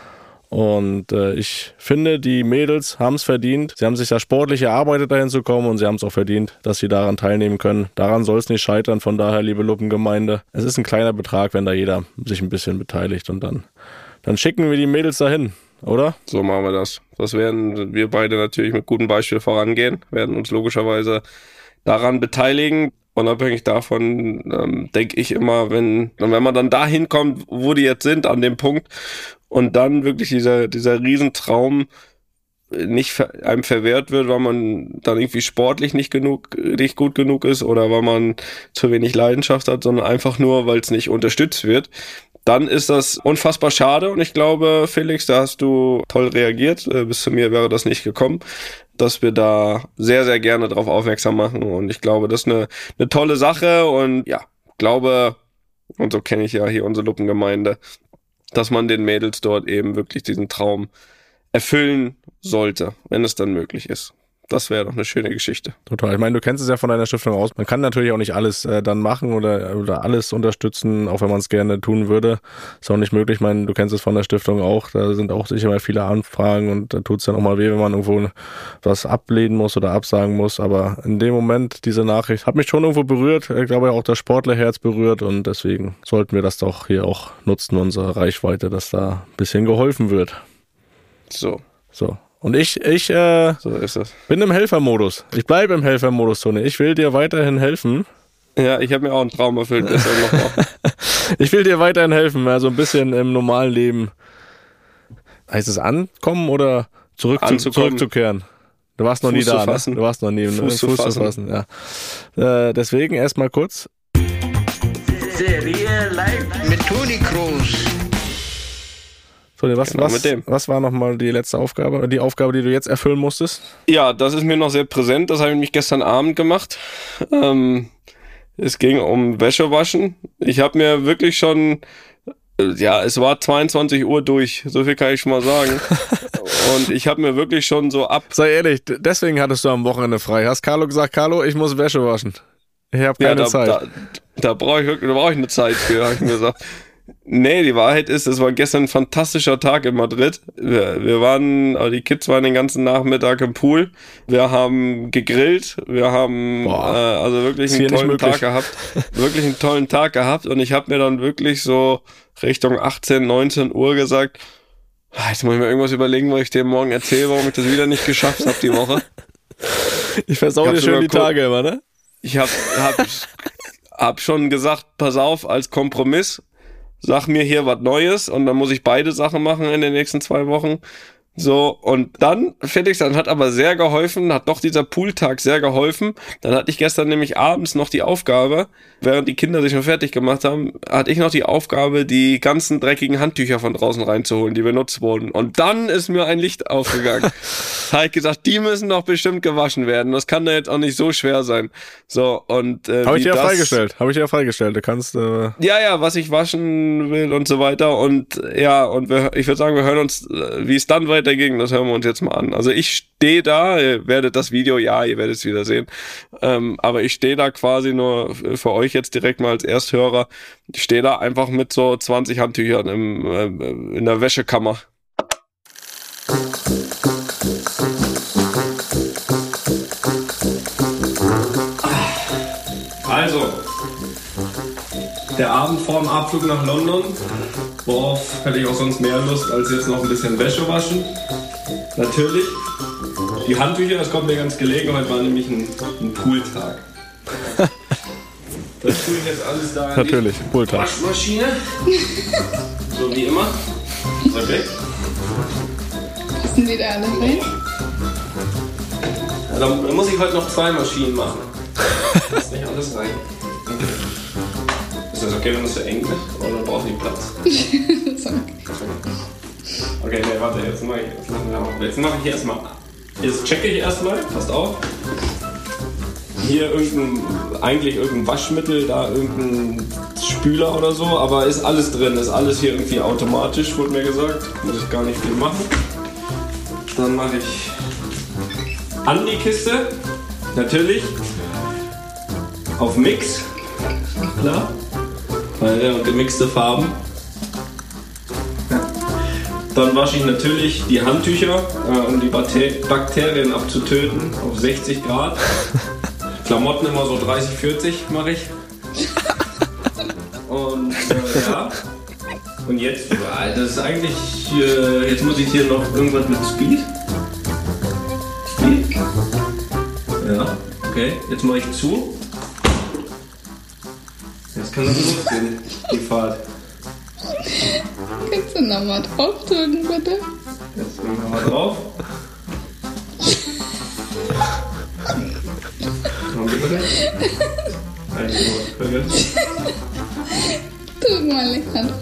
Und äh, ich finde, die Mädels haben es verdient. Sie haben sich ja sportlich erarbeitet, dahin zu kommen und sie haben es auch verdient, dass sie daran teilnehmen können. Daran soll es nicht scheitern. Von daher, liebe Luppengemeinde, es ist ein kleiner Betrag, wenn da jeder sich ein bisschen beteiligt. Und dann, dann schicken wir die Mädels dahin, oder? So machen wir das. Das werden wir beide natürlich mit gutem Beispiel vorangehen, werden uns logischerweise daran beteiligen. Unabhängig davon ähm, denke ich immer, wenn, wenn man dann dahin kommt, wo die jetzt sind, an dem Punkt, und dann wirklich dieser, dieser Riesentraum nicht ver- einem verwehrt wird, weil man dann irgendwie sportlich nicht genug, nicht gut genug ist oder weil man zu wenig Leidenschaft hat, sondern einfach nur, weil es nicht unterstützt wird, dann ist das unfassbar schade. Und ich glaube, Felix, da hast du toll reagiert. Bis zu mir wäre das nicht gekommen, dass wir da sehr, sehr gerne drauf aufmerksam machen. Und ich glaube, das ist eine, eine tolle Sache. Und ja, glaube, und so kenne ich ja hier unsere Luppengemeinde, dass man den Mädels dort eben wirklich diesen Traum erfüllen sollte, wenn es dann möglich ist. Das wäre doch eine schöne Geschichte. Total. Ich meine, du kennst es ja von deiner Stiftung aus. Man kann natürlich auch nicht alles äh, dann machen oder, oder alles unterstützen, auch wenn man es gerne tun würde. Ist auch nicht möglich. Ich meine, du kennst es von der Stiftung auch. Da sind auch sicher mal viele Anfragen und da tut es dann auch mal weh, wenn man irgendwo was ablehnen muss oder absagen muss. Aber in dem Moment, diese Nachricht hat mich schon irgendwo berührt. Ich glaube auch das Sportlerherz berührt und deswegen sollten wir das doch hier auch nutzen, unsere Reichweite, dass da ein bisschen geholfen wird. So. So. Und ich, ich äh, so ist das. bin im Helfermodus. Ich bleibe im Helfermodus, Toni. Ich will dir weiterhin helfen. Ja, ich habe mir auch einen Traum erfüllt. Ich will dir weiterhin helfen, also ein bisschen im normalen Leben. Heißt es ankommen oder zurück zu, zurückzukehren? Du warst noch Fuß nie da, ne? Du warst noch nie. Fuß, Fuß zu fassen. Zu fassen ja. äh, deswegen erstmal kurz. Serie live mit Toni Kroos. So, was, genau, was, was war nochmal die letzte Aufgabe, die Aufgabe, die du jetzt erfüllen musstest? Ja, das ist mir noch sehr präsent. Das habe ich nämlich gestern Abend gemacht. Ähm, es ging um Wäschewaschen. Ich habe mir wirklich schon, ja, es war zweiundzwanzig Uhr durch. So viel kann ich schon mal sagen. Und ich habe mir wirklich schon so ab... Sei ehrlich, deswegen hattest du am Wochenende frei. Hast Carlo gesagt, Carlo, ich muss Wäsche waschen. Ich habe keine ja, da, Zeit. Da, da brauche ich wirklich, da brauche ich eine Zeit für, habe ich mir gesagt. Nee, die Wahrheit ist, es war gestern ein fantastischer Tag in Madrid. Wir, wir waren, die Kids waren den ganzen Nachmittag im Pool. Wir haben gegrillt. Wir haben äh, also wirklich einen tollen Tag gehabt. Wirklich einen tollen Tag gehabt. Und ich habe mir dann wirklich so Richtung achtzehn, neunzehn Uhr gesagt, jetzt muss ich mir irgendwas überlegen, was ich dir morgen erzähle, warum ich das wieder nicht geschafft habe die Woche. Ich versau dir schön die Tage immer, ne? Ich hab, hab, hab schon gesagt, pass auf, als Kompromiss, sag mir hier was Neues und dann muss ich beide Sachen machen in den nächsten zwei Wochen. So, und dann, Felix, dann hat aber sehr geholfen, hat doch dieser Pooltag sehr geholfen. Dann hatte ich gestern nämlich abends noch die Aufgabe, während die Kinder sich schon fertig gemacht haben, hatte ich noch die Aufgabe, die ganzen dreckigen Handtücher von draußen reinzuholen, die benutzt wurden. Und dann ist mir ein Licht aufgegangen. Da habe ich gesagt, die müssen doch bestimmt gewaschen werden. Das kann da jetzt auch nicht so schwer sein. So, und äh, Habe ich dir ja freigestellt. Habe ich dir ja freigestellt. Du kannst... Äh ja, ja, was ich waschen will und so weiter. Und ja, und wir, ich würde sagen, wir hören uns, wie es dann weitergeht, hält dagegen, das hören wir uns jetzt mal an. Also ich stehe da, ihr werdet das Video, ja, ihr werdet es wieder sehen, ähm, aber ich stehe da quasi nur für euch jetzt direkt mal als Ersthörer, ich stehe da einfach mit so zwanzig Handtüchern im, äh, in der Wäschekammer. Also, der Abend vor dem Abflug nach London, worauf hätte ich auch sonst mehr Lust, als jetzt noch ein bisschen Wäsche waschen. Natürlich. Die Handtücher, das kommt mir ganz gelegen, heute war nämlich ein, ein Pooltag. Das tue ich jetzt alles da in Natürlich, die Pooltag. Waschmaschine. So wie immer. Okay. Passen die da alle rein? Ja, dann muss ich heute noch zwei Maschinen machen. Passt nicht alles rein. Ist das okay, wenn das so eng ist? Oder braucht die Platz? So. Okay, nee, warte, jetzt mache ich, jetzt machen wir auch- jetzt mache ich hier erstmal. Jetzt checke ich erstmal, passt auf. Hier irgendein, eigentlich irgendein Waschmittel, da irgendein Spüler oder so, aber ist alles drin, ist alles hier irgendwie automatisch, wurde mir gesagt. Muss ich gar nicht viel machen. Dann mache ich an die Kiste, natürlich, auf Mix, klar, weil ja, gemixte Farben. Dann wasche ich natürlich die Handtücher, äh, um die Bakter- Bakterien abzutöten, auf sechzig Grad. Klamotten immer so dreißig, vierzig mache ich. Und äh, ja. Und jetzt, äh, das ist eigentlich, äh, jetzt muss ich hier noch irgendwas mit Speed. Speed? Ja, okay. Jetzt mache ich zu. Jetzt kann das losgehen, die Fahrt. Kannst du nochmal drauf drücken, bitte? Jetzt gehen wir mal drauf. Komm, bitte. Eigentlich nur, bitte. Drück mal länger drauf.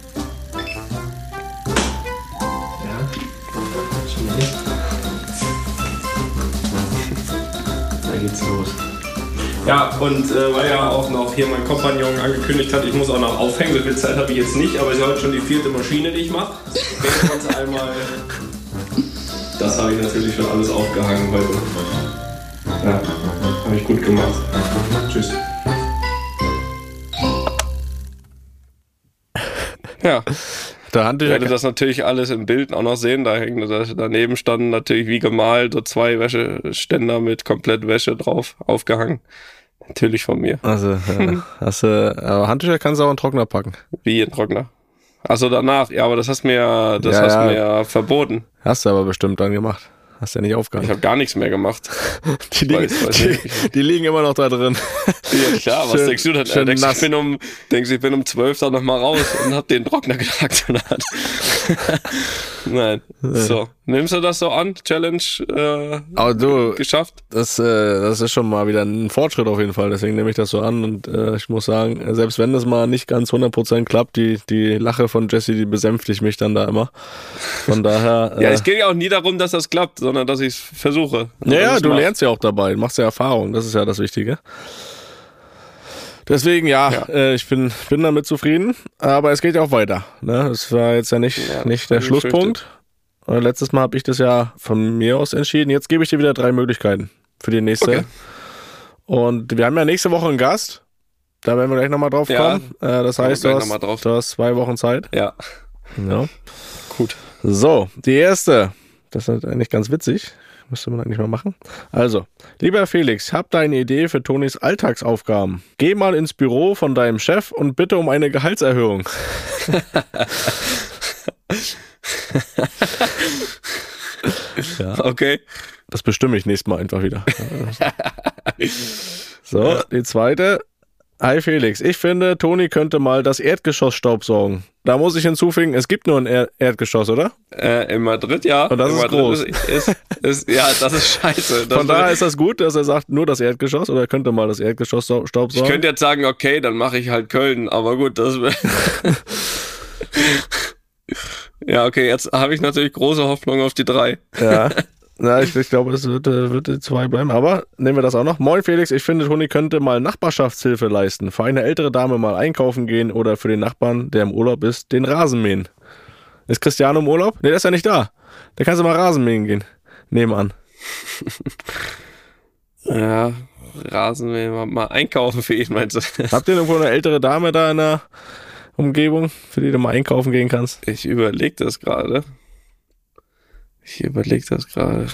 Ja. Schnell. Da geht's los. Ja, und äh, weil ja auch noch hier mein Kompagnon angekündigt hat, ich muss auch noch aufhängen. So viel Zeit habe ich jetzt nicht, aber es ist heute schon die vierte Maschine, die ich mache. Ganz einmal. Das habe ich natürlich schon alles aufgehangen heute. Ja, habe ich gut gemacht. Tschüss. Ja. Der Ich Handtücher. werde das natürlich alles im Bild auch noch sehen. Da hängen, da, daneben standen natürlich wie gemalt so zwei Wäscheständer mit komplett Wäsche drauf, aufgehangen. Natürlich von mir. Also, ja, hast du, aber Handtücher kannst du auch in den Trockner packen. Wie in Trockner. Achso, danach. Ja, aber das hast mir ja, das Ja, hast ja. mir ja verboten. Hast du aber bestimmt dann gemacht. Hast ja nicht Ich aufgehangen. habe gar nichts mehr gemacht. Die liegen, weiß- weiß die, nicht. die liegen immer noch da drin. Ja klar, was Schön- denkst du denn? schön Denkst du, nass. ich bin um, denkst du, ich bin um zwölf dann nochmal raus und hab den Trockner gejagt oder was? Nein. So. Nimmst du das so an? Challenge äh, Aber du, geschafft? das, äh, das ist schon mal wieder ein Fortschritt auf jeden Fall. Deswegen nehme ich das so an. Und äh, ich muss sagen, selbst wenn das mal nicht ganz hundert Prozent klappt, die, die Lache von Jesse, die besänftigt mich dann da immer. Von daher. Ja, äh, es geht ja auch nie darum, dass das klappt, sondern dass ich es versuche. Ja, ja, Das du macht. lernst ja auch dabei, du machst ja Erfahrung, das ist ja das Wichtige. Deswegen, ja, Ja. Äh, ich bin, bin damit zufrieden, aber es geht ja auch weiter. Ne? Das war jetzt ja nicht, Ja, das nicht der hab ich Schlusspunkt. Äh, Letztes Mal habe ich das ja von mir aus entschieden. Jetzt gebe ich dir wieder drei Möglichkeiten für die nächste. Okay. Und wir haben ja nächste Woche einen Gast. Da werden wir gleich nochmal drauf Ja, kommen. Äh, das kommen wir heißt, du gleich hast, noch mal drauf. du hast zwei Wochen Zeit. Ja, Ja. gut. So, die erste. Das ist eigentlich ganz witzig. Müsste man eigentlich mal machen. Also, lieber Felix, hab deine Idee für Tonis Alltagsaufgaben. Geh mal ins Büro von deinem Chef und bitte um eine Gehaltserhöhung. Okay. Das bestimme ich nächstes Mal einfach wieder. So, die zweite. Hi Felix, ich finde, Toni könnte mal das Erdgeschoss staubsaugen. Da muss ich hinzufügen, es gibt nur ein er Erdgeschoss, oder? Äh, in Madrid, ja. Und das in ist Madrid groß. Ist, ist, ist, ja, das ist scheiße. Das Von daher ist das gut, dass er sagt, nur das Erdgeschoss, oder er könnte mal das Erdgeschoss sau- ich staubsaugen. könnte jetzt sagen, okay, dann mache ich halt Köln, aber gut, das ja, okay, jetzt habe ich natürlich große Hoffnung auf die drei. Ja. Ja, ich, ich glaube, es wird, äh, wird die zwei bleiben. Aber nehmen wir das auch noch. Moin Felix, ich finde, Toni könnte mal Nachbarschaftshilfe leisten. Für eine ältere Dame mal einkaufen gehen oder für den Nachbarn, der im Urlaub ist, den Rasen mähen. Ist Cristiano im Urlaub? Nee, der ist ja nicht da. Da kannst du mal Rasenmähen gehen. Nebenan. Ja, Rasenmähen, mal, mal einkaufen für ihn, meinst du? Habt ihr irgendwo eine ältere Dame da in der Umgebung, für die du mal einkaufen gehen kannst? Ich überlege das gerade. Ich überlege das gerade.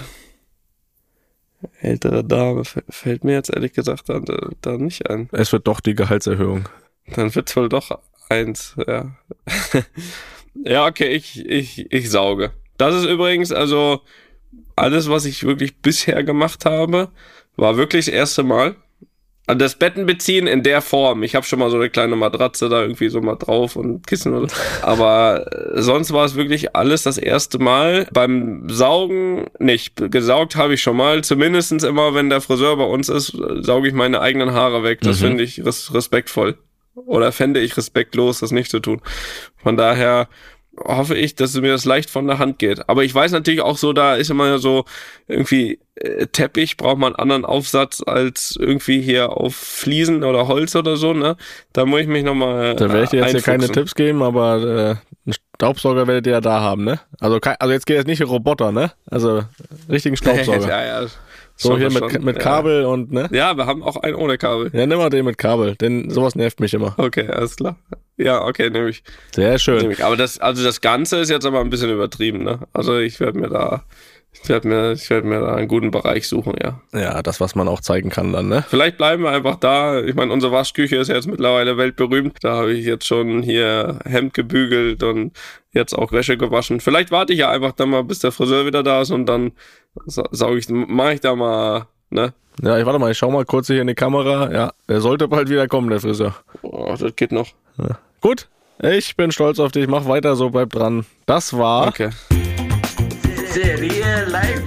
Ältere Dame f- fällt mir jetzt ehrlich gesagt da, da nicht ein. Es wird doch die Gehaltserhöhung. Dann wird's wohl doch eins, ja. Ja, okay, ich, ich, ich sauge. Das ist übrigens, also alles, was ich wirklich bisher gemacht habe, war wirklich das erste Mal. Also das Betten beziehen in der Form. Ich habe schon mal so eine kleine Matratze da irgendwie so mal drauf und Kissen oder so. Aber äh, sonst war es wirklich alles das erste Mal. Beim Saugen nicht. Gesaugt habe ich schon mal. Zumindestens immer, wenn der Friseur bei uns ist, sauge ich meine eigenen Haare weg. Das Mhm. finde ich res- respektvoll. Oder fände ich respektlos, das nicht zu tun. Von daher hoffe ich, dass mir das leicht von der Hand geht. Aber ich weiß natürlich auch so, da ist immer so irgendwie äh, Teppich, braucht man einen anderen Aufsatz als irgendwie hier auf Fliesen oder Holz oder so, ne? Da muss ich mich nochmal Da werde ich dir jetzt hier keine einfuchsen. Tipps geben, aber äh, einen Staubsauger werdet ihr ja da haben, ne? Also, kein, also jetzt geht jetzt nicht Roboter, ne? Also richtigen Staubsauger. ja, ja. So hier schon, mit, schon, mit ja. Kabel und, ne? Ja, wir haben auch einen ohne Kabel. Ja, nimm mal den mit Kabel, denn sowas nervt mich immer. Okay, alles klar. Ja, okay, nehme ich. Sehr schön. Nehm ich. Aber das, also das Ganze ist jetzt aber ein bisschen übertrieben, ne? Also ich werde mir da, ich werde mir, ich werde mir da einen guten Bereich suchen, ja. Ja, das, was man auch zeigen kann dann, ne? Vielleicht bleiben wir einfach da. Ich meine, unsere Waschküche ist ja jetzt mittlerweile weltberühmt. Da habe ich jetzt schon hier Hemd gebügelt und jetzt auch Wäsche gewaschen. Vielleicht warte ich ja einfach dann mal, bis der Friseur wieder da ist und dann sa- sauge ich, mache ich da mal, ne? Ja, ich warte mal, ich schau mal kurz hier in die Kamera. Ja, der sollte bald wieder kommen, der Friseur. Oh, das geht noch. Ja. Gut, ich bin stolz auf dich. Mach weiter so, bleib dran. Das war Okay. Serie live.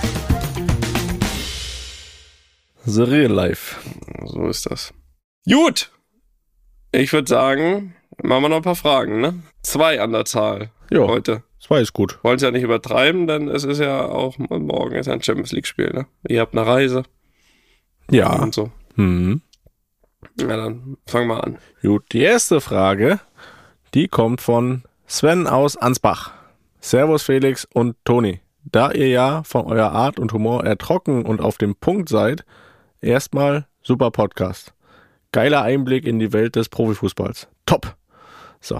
The Real Life. So ist das. Gut. Ich würde sagen, machen wir noch ein paar Fragen, ne? Zwei an der Zahl Jo, heute. zwei ist gut. Wollen es ja nicht übertreiben, denn es ist ja auch morgen ist ja ein Champions League Spiel, ne? Ihr habt eine Reise Ja. und so. Mhm. Ja, dann fangen wir an. Gut, die erste Frage, die kommt von Sven aus Ansbach. Servus Felix und Toni. Da ihr ja von eurer Art und Humor eher trocken und auf dem Punkt seid, erstmal super Podcast. Geiler Einblick in die Welt des Profifußballs. Top. So.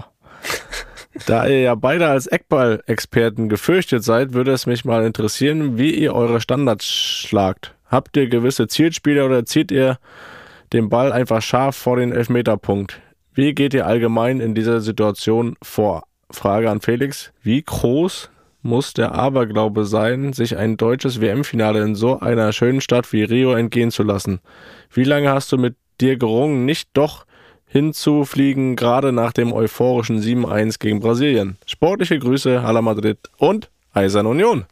Da ihr ja beide als Eckball-Experten gefürchtet seid, würde es mich mal interessieren, wie ihr eure Standards schlagt. Habt ihr gewisse Zielspieler oder zieht ihr den Ball einfach scharf vor den Elfmeterpunkt? Wie geht ihr allgemein in dieser Situation vor? Frage an Felix. Wie groß muss der Aberglaube sein, sich ein deutsches W M-Finale in so einer schönen Stadt wie Rio entgehen zu lassen? Wie lange hast du mit dir gerungen, nicht doch hinzufliegen, gerade nach dem euphorischen sieben eins gegen Brasilien? Sportliche Grüße, Hala Madrid und Eisern Union.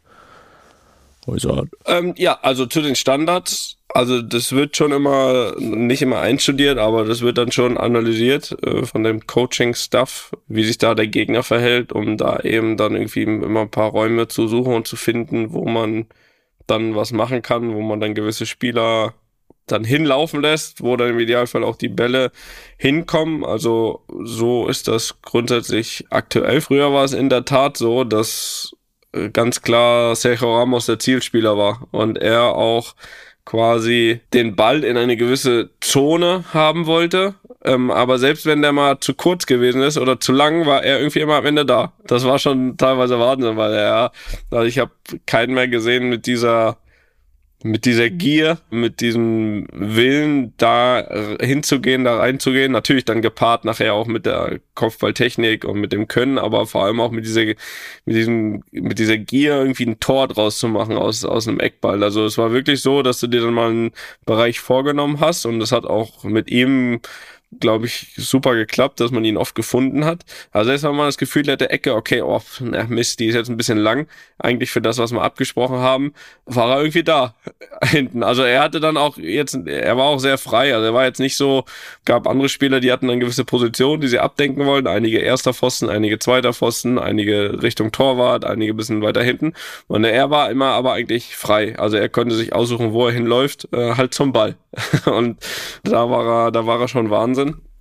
Eisern. Ähm, ja, also zu den Standards. Also das wird schon immer, nicht immer einstudiert, aber das wird dann schon analysiert äh, von dem Coaching-Stuff, wie sich da der Gegner verhält, um da eben dann irgendwie immer ein paar Räume zu suchen und zu finden, wo man dann was machen kann, wo man dann gewisse Spieler dann hinlaufen lässt, wo dann im Idealfall auch die Bälle hinkommen. Also so ist das grundsätzlich aktuell. Früher war es in der Tat so, dass äh, ganz klar Sergio Ramos der Zielspieler war und er auch quasi den Ball in eine gewisse Zone haben wollte. Ähm, aber selbst wenn der mal zu kurz gewesen ist oder zu lang, war er irgendwie immer am Ende da. Das war schon teilweise Wahnsinn, weil er, also ich habe keinen mehr gesehen mit dieser mit dieser Gier, mit diesem Willen, da hinzugehen, da reinzugehen. Natürlich dann gepaart nachher auch mit der Kopfballtechnik und mit dem Können, aber vor allem auch mit dieser, mit diesem, mit dieser Gier irgendwie ein Tor draus zu machen aus, aus einem Eckball. Also es war wirklich so, dass du dir dann mal einen Bereich vorgenommen hast und das hat auch mit ihm, glaube ich, super geklappt, dass man ihn oft gefunden hat. Also selbst wenn man das Gefühl hätte, Ecke, okay, oh, na Mist, die ist jetzt ein bisschen lang, eigentlich für das, was wir abgesprochen haben, war er irgendwie da, hinten. Also er hatte dann auch jetzt, er war auch sehr frei, also er war jetzt nicht so, gab andere Spieler, die hatten dann gewisse Positionen, die sie abdenken wollten, einige erster Pfosten, einige zweiter Pfosten, einige Richtung Torwart, einige ein bisschen weiter hinten und er war immer aber eigentlich frei, also er konnte sich aussuchen, wo er hinläuft, äh, halt zum Ball und da war er, da war er schon Wahnsinn.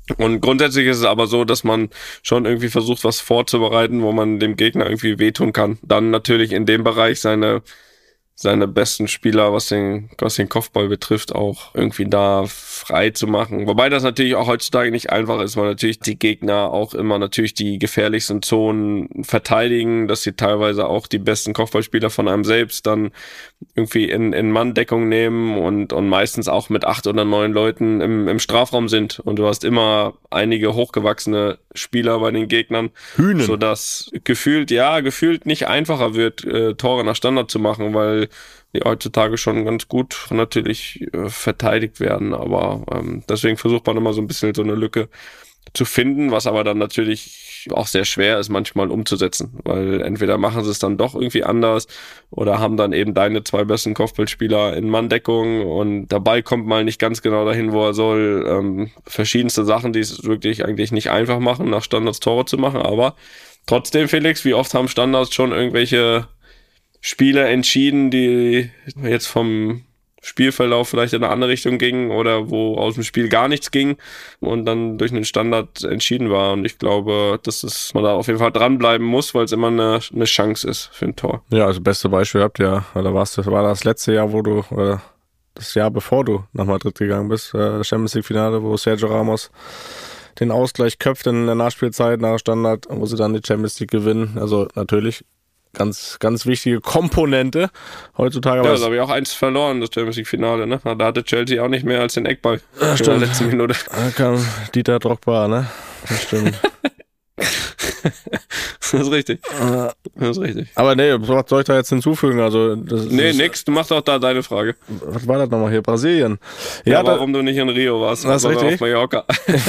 Und grundsätzlich ist es aber so, dass man schon irgendwie versucht, was vorzubereiten, wo man dem Gegner irgendwie wehtun kann. Dann natürlich in dem Bereich seine seine besten Spieler, was den, was den Kopfball betrifft, auch irgendwie da frei zu machen. Wobei das natürlich auch heutzutage nicht einfach ist, weil natürlich die Gegner auch immer natürlich die gefährlichsten Zonen verteidigen, dass sie teilweise auch die besten Kopfballspieler von einem selbst dann irgendwie in, in Manndeckung nehmen und, und meistens auch mit acht oder neun Leuten im, im Strafraum sind. Und du hast immer einige hochgewachsene Spieler bei den Gegnern, Hühnen. sodass gefühlt, ja, gefühlt nicht einfacher wird, äh, Tore nach Standard zu machen, weil die heutzutage schon ganz gut natürlich äh, verteidigt werden, aber ähm, deswegen versucht man immer so ein bisschen so eine Lücke zu finden, was aber dann natürlich auch sehr schwer ist manchmal umzusetzen, weil entweder machen sie es dann doch irgendwie anders oder haben dann eben deine zwei besten Kopfballspieler in Manndeckung und der Ball kommt mal nicht ganz genau dahin, wo er soll. Ähm, verschiedenste Sachen, die es wirklich eigentlich nicht einfach machen, nach Standards Tore zu machen, aber trotzdem, Felix, wie oft haben Standards schon irgendwelche Spiele entschieden, die jetzt vom Spielverlauf vielleicht in eine andere Richtung gingen oder wo aus dem Spiel gar nichts ging und dann durch einen Standard entschieden war. Und ich glaube, dass es, man da auf jeden Fall dranbleiben muss, weil es immer eine, eine Chance ist für ein Tor. Ja, also beste Beispiel habt ihr, oder warst du, war das letzte Jahr, wo du, oder das Jahr bevor du nach Madrid gegangen bist, äh, das Champions League Finale, wo Sergio Ramos den Ausgleich köpft in der Nachspielzeit nach Standard, wo sie dann die Champions League gewinnen. Also natürlich ganz, ganz wichtige Komponente heutzutage. Ja, da habe ich auch eins verloren, das Champions League Finale, ne? Da hatte Chelsea auch nicht mehr als den Eckball ja, in der letzten Minute. Da kam Dieter Drogba, ne? Das stimmt. Das ist richtig. Das ist richtig. Aber nee, was soll ich da jetzt hinzufügen? Also, das ist, nee, nix, du machst auch da deine Frage. Was war das nochmal hier? Brasilien. Ja, Ja, warum du nicht in Rio warst, das ist sondern richtig. auf Mallorca.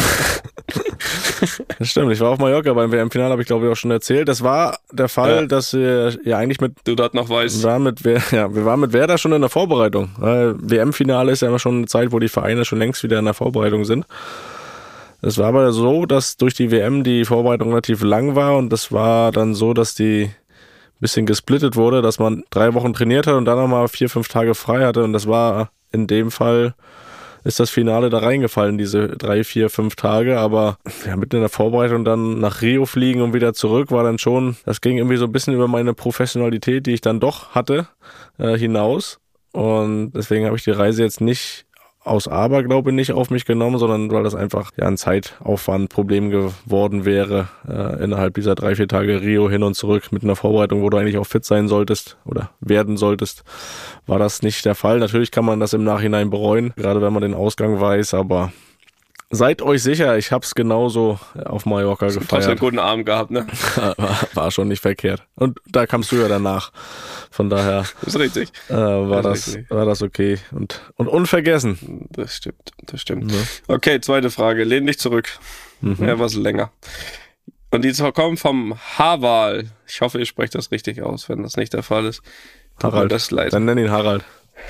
Das stimmt, ich war auf Mallorca beim W M-Finale, habe ich glaube ich auch schon erzählt. Das war der Fall, Ja. dass wir ja eigentlich mit Du das noch wir weißt. waren mit Wer- ja, wir waren mit Werder schon in der Vorbereitung. Weil W M-Finale ist ja immer schon eine Zeit, wo die Vereine schon längst wieder in der Vorbereitung sind. Es war aber so, dass durch die W M die Vorbereitung relativ lang war und das war dann so, dass die ein bisschen gesplittet wurde, dass man drei Wochen trainiert hat und dann nochmal vier, fünf Tage frei hatte und das war in dem Fall, ist das Finale da reingefallen, diese drei, vier, fünf Tage, aber ja, mitten in der Vorbereitung dann nach Rio fliegen und wieder zurück war dann schon, das ging irgendwie so ein bisschen über meine Professionalität, die ich dann doch hatte, äh, hinaus und deswegen habe ich die Reise jetzt nicht aus Aberglaube nicht auf mich genommen, sondern weil das einfach ja ein Zeitaufwandproblem geworden wäre, äh, innerhalb dieser drei, vier Tage Rio hin und zurück mit einer Vorbereitung, wo du eigentlich auch fit sein solltest oder werden solltest, war das nicht der Fall. Natürlich kann man das im Nachhinein bereuen, gerade wenn man den Ausgang weiß, aber seid euch sicher, ich hab's genauso auf Mallorca Du hast einen gefeiert. guten Abend gehabt, ne? War, war schon nicht verkehrt. Und da kamst du ja danach. Von daher Das ist richtig. äh, war, Das ist das, richtig. war das okay und, und unvergessen. Das stimmt, das stimmt. Ja. Okay, zweite Frage. Lehn dich zurück. Mhm. Ja, was länger. Und die kommen vom Haval. Ich hoffe, ihr sprecht das richtig aus. Wenn das nicht der Fall ist, tut mir Harald. das leid. Dann nenn ihn Harald.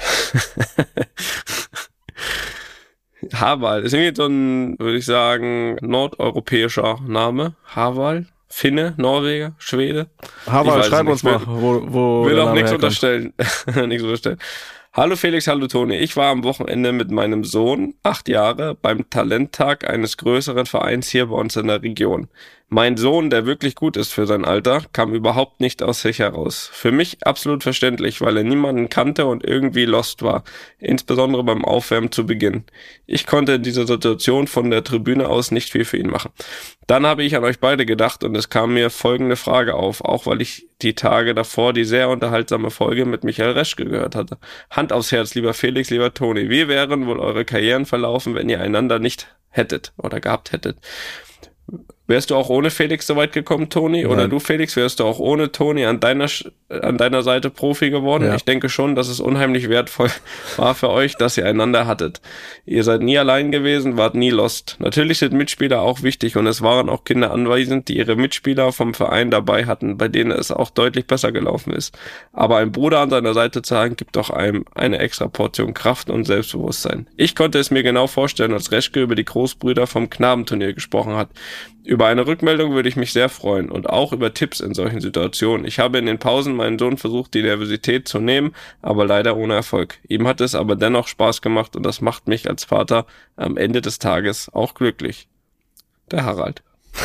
Haval ist irgendwie so ein, würde ich sagen, nordeuropäischer Name. Haval. Finne, Norweger, Schwede. Ich Harald, weiß schreib es uns nicht. mal, wo, wo Will der auch Name nichts herkommt. unterstellen. nichts unterstellen. Hallo Felix, hallo Toni. Ich war am Wochenende mit meinem Sohn, acht Jahre, beim Talenttag eines größeren Vereins hier bei uns in der Region. Mein Sohn, der wirklich gut ist für sein Alter, kam überhaupt nicht aus sich heraus. Für mich absolut verständlich, weil er niemanden kannte und irgendwie lost war. Insbesondere beim Aufwärmen zu Beginn. Ich konnte in dieser Situation von der Tribüne aus nicht viel für ihn machen. Dann habe ich an euch beide gedacht und es kam mir folgende Frage auf, auch weil ich die Tage davor die sehr unterhaltsame Folge mit Michael Reschke gehört hatte. Hand aufs Herz, lieber Felix, lieber Toni. Wie wären wohl eure Karrieren verlaufen, wenn ihr einander nicht hättet oder gehabt hättet? Wärst du auch ohne Felix so weit gekommen, Toni? Oder Nein. du, Felix, wärst du auch ohne Toni an deiner Sch- an deiner Seite Profi geworden? Ja. Ich denke schon, dass es unheimlich wertvoll war für euch, dass ihr einander hattet. Ihr seid nie allein gewesen, wart nie lost. Natürlich sind Mitspieler auch wichtig und es waren auch Kinder anwesend, die ihre Mitspieler vom Verein dabei hatten, bei denen es auch deutlich besser gelaufen ist. Aber ein Bruder an seiner Seite zu haben, gibt doch einem eine extra Portion Kraft und Selbstbewusstsein. Ich konnte es mir genau vorstellen, als Reschke über die Großbrüder vom Knabenturnier gesprochen hat. Über eine Rückmeldung würde ich mich sehr freuen und auch über Tipps in solchen Situationen. Ich habe in den Pausen meinen Sohn versucht, die Nervosität zu nehmen, aber leider ohne Erfolg. Ihm hat es aber dennoch Spaß gemacht und das macht mich als Vater am Ende des Tages auch glücklich. Der Harald.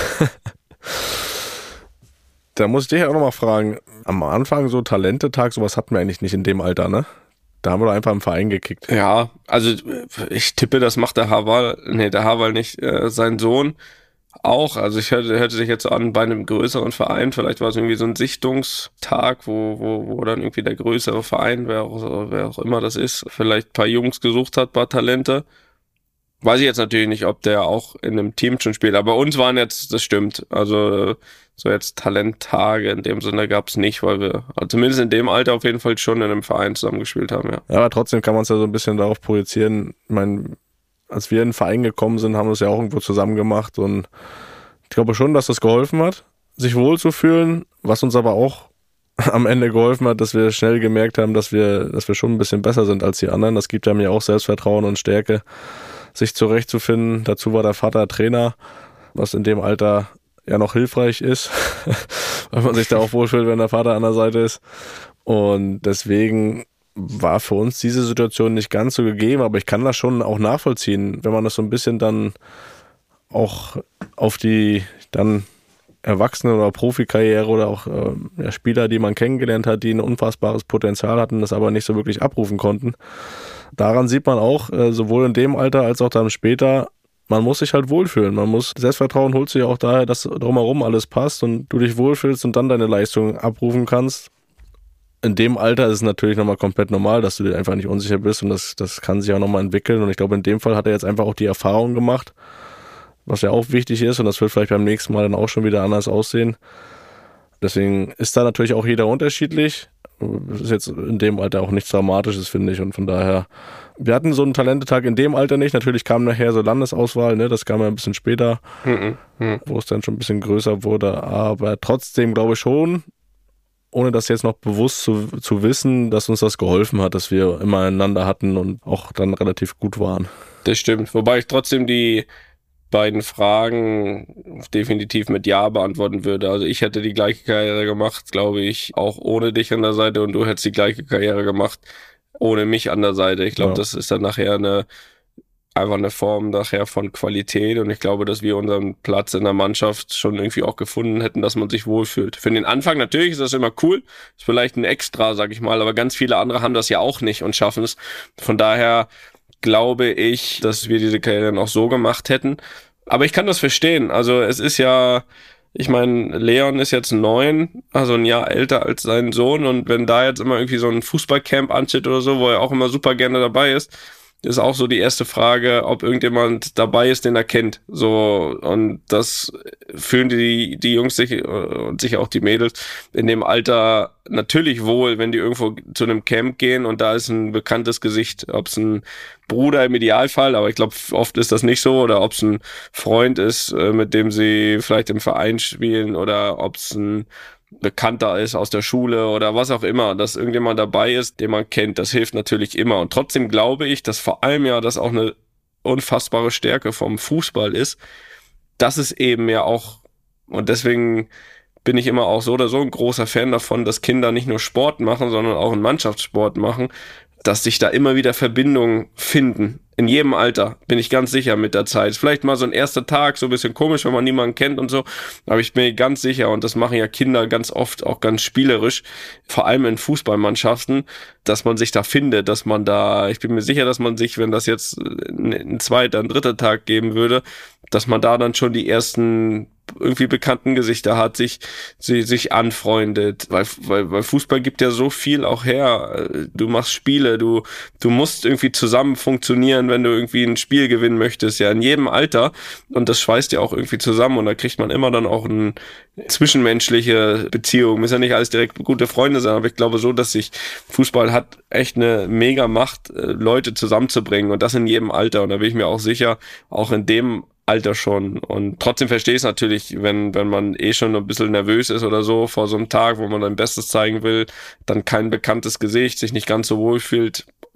Da muss ich dich auch nochmal fragen, am Anfang so Talentetag, sowas hatten wir eigentlich nicht in dem Alter, ne? Da haben wir doch einfach im Verein gekickt. Ja, also ich tippe, das macht der Harald, nee, der Harald nicht, äh, sein Sohn auch. Also ich hörte, hörte sich jetzt so an, bei einem größeren Verein, vielleicht war es irgendwie so ein Sichtungstag, wo, wo, wo dann irgendwie der größere Verein, wer auch, wer auch immer das ist, vielleicht ein paar Jungs gesucht hat, ein paar Talente. Weiß ich jetzt natürlich nicht, ob der auch in einem Team schon spielt, aber bei uns waren jetzt, das stimmt, also so jetzt Talenttage in dem Sinne gab es nicht, weil wir also zumindest in dem Alter auf jeden Fall schon in einem Verein zusammengespielt haben, ja. Ja, aber trotzdem kann man es ja so ein bisschen darauf projizieren. Ich meine, als wir in den Verein gekommen sind, haben wir es ja auch irgendwo zusammen gemacht und ich glaube schon, dass das geholfen hat, sich wohlzufühlen, was uns aber auch am Ende geholfen hat, dass wir schnell gemerkt haben, dass wir, dass wir schon ein bisschen besser sind als die anderen. Das gibt einem ja auch Selbstvertrauen und Stärke, sich zurechtzufinden. Dazu war der Vater Trainer, was in dem Alter ja noch hilfreich ist, weil man sich da auch wohlfühlt, wenn der Vater an der Seite ist. Und deswegen war für uns diese Situation nicht ganz so gegeben, aber ich kann das schon auch nachvollziehen, wenn man das so ein bisschen dann auch auf die dann Erwachsene- oder Profikarriere oder auch äh, ja, Spieler, die man kennengelernt hat, die ein unfassbares Potenzial hatten, das aber nicht so wirklich abrufen konnten. Daran sieht man auch, äh, sowohl in dem Alter als auch dann später, man muss sich halt wohlfühlen. Man muss, Selbstvertrauen holt sich auch daher, dass drumherum alles passt und du dich wohlfühlst und dann deine Leistung abrufen kannst. In dem Alter ist es natürlich nochmal komplett normal, dass du dir einfach nicht unsicher bist und das, das kann sich auch nochmal entwickeln. Und ich glaube, in dem Fall hat er jetzt einfach auch die Erfahrung gemacht, was ja auch wichtig ist und das wird vielleicht beim nächsten Mal dann auch schon wieder anders aussehen. Deswegen ist da natürlich auch jeder unterschiedlich. Das ist jetzt in dem Alter auch nichts Dramatisches, finde ich. Und von daher, wir hatten so einen Talentetag in dem Alter nicht. Natürlich kam nachher so Landesauswahl, ne? Das kam ja ein bisschen später, Mhm. Mhm. wo es dann schon ein bisschen größer wurde. Aber trotzdem glaube ich schon, ohne das jetzt noch bewusst zu, zu wissen, dass uns das geholfen hat, dass wir immer einander hatten und auch dann relativ gut waren. Das stimmt. Wobei ich trotzdem die beiden Fragen definitiv mit Ja beantworten würde. Also ich hätte die gleiche Karriere gemacht, glaube ich, auch ohne dich an der Seite und du hättest die gleiche Karriere gemacht, ohne mich an der Seite. Ich glaube, Ja. das ist dann nachher eine einfach eine Form nachher von Qualität und ich glaube, dass wir unseren Platz in der Mannschaft schon irgendwie auch gefunden hätten, dass man sich wohlfühlt. Für den Anfang natürlich ist das immer cool, ist vielleicht ein Extra, sag ich mal, aber ganz viele andere haben das ja auch nicht und schaffen es. Von daher glaube ich, dass wir diese Karriere dann auch so gemacht hätten. Aber ich kann das verstehen. Also es ist ja, ich meine, Leon ist jetzt neun, also ein Jahr älter als sein Sohn und wenn da jetzt immer irgendwie so ein Fußballcamp ansteht oder so, wo er auch immer super gerne dabei ist, ist auch so die erste Frage, ob irgendjemand dabei ist, den er kennt. So, und das fühlen die, die Jungs sich und sicher auch die Mädels in dem Alter natürlich wohl, wenn die irgendwo zu einem Camp gehen und da ist ein bekanntes Gesicht, ob es ein Bruder im Idealfall, aber ich glaube, oft ist das nicht so, oder ob es ein Freund ist, mit dem sie vielleicht im Verein spielen, oder ob es ein Bekannter ist aus der Schule oder was auch immer, dass irgendjemand dabei ist, den man kennt, das hilft natürlich immer. Und trotzdem glaube ich, dass vor allem ja das auch eine unfassbare Stärke vom Fußball ist, dass es eben ja auch, und deswegen bin ich immer auch so oder so ein großer Fan davon, dass Kinder nicht nur Sport machen, sondern auch einen Mannschaftssport machen, dass sich da immer wieder Verbindungen finden. In jedem Alter, bin ich ganz sicher mit der Zeit. Vielleicht mal so ein erster Tag, so ein bisschen komisch, wenn man niemanden kennt und so. Aber ich bin mir ganz sicher, und das machen ja Kinder ganz oft auch ganz spielerisch, vor allem in Fußballmannschaften, dass man sich da findet, dass man da, ich bin mir sicher, dass man sich, wenn das jetzt ein zweiter, ein dritter Tag geben würde, dass man da dann schon die ersten irgendwie bekannten Gesichter hat, sich, sie, sich anfreundet, weil, weil, weil Fußball gibt ja so viel auch her. Du machst Spiele, du, du musst irgendwie zusammen funktionieren, wenn du irgendwie ein Spiel gewinnen möchtest, ja, in jedem Alter. Und das schweißt ja auch irgendwie zusammen und da kriegt man immer dann auch eine zwischenmenschliche Beziehung. Muss ja nicht alles direkt gute Freunde sein, aber ich glaube so, dass sich Fußball hat echt eine mega Macht, Leute zusammenzubringen und das in jedem Alter. Und da bin ich mir auch sicher, auch in dem Alter schon. Und trotzdem verstehe ich es natürlich, wenn wenn man eh schon ein bisschen nervös ist oder so vor so einem Tag, wo man sein Bestes zeigen will, dann kein bekanntes Gesicht, sich nicht ganz so wohl fühlt,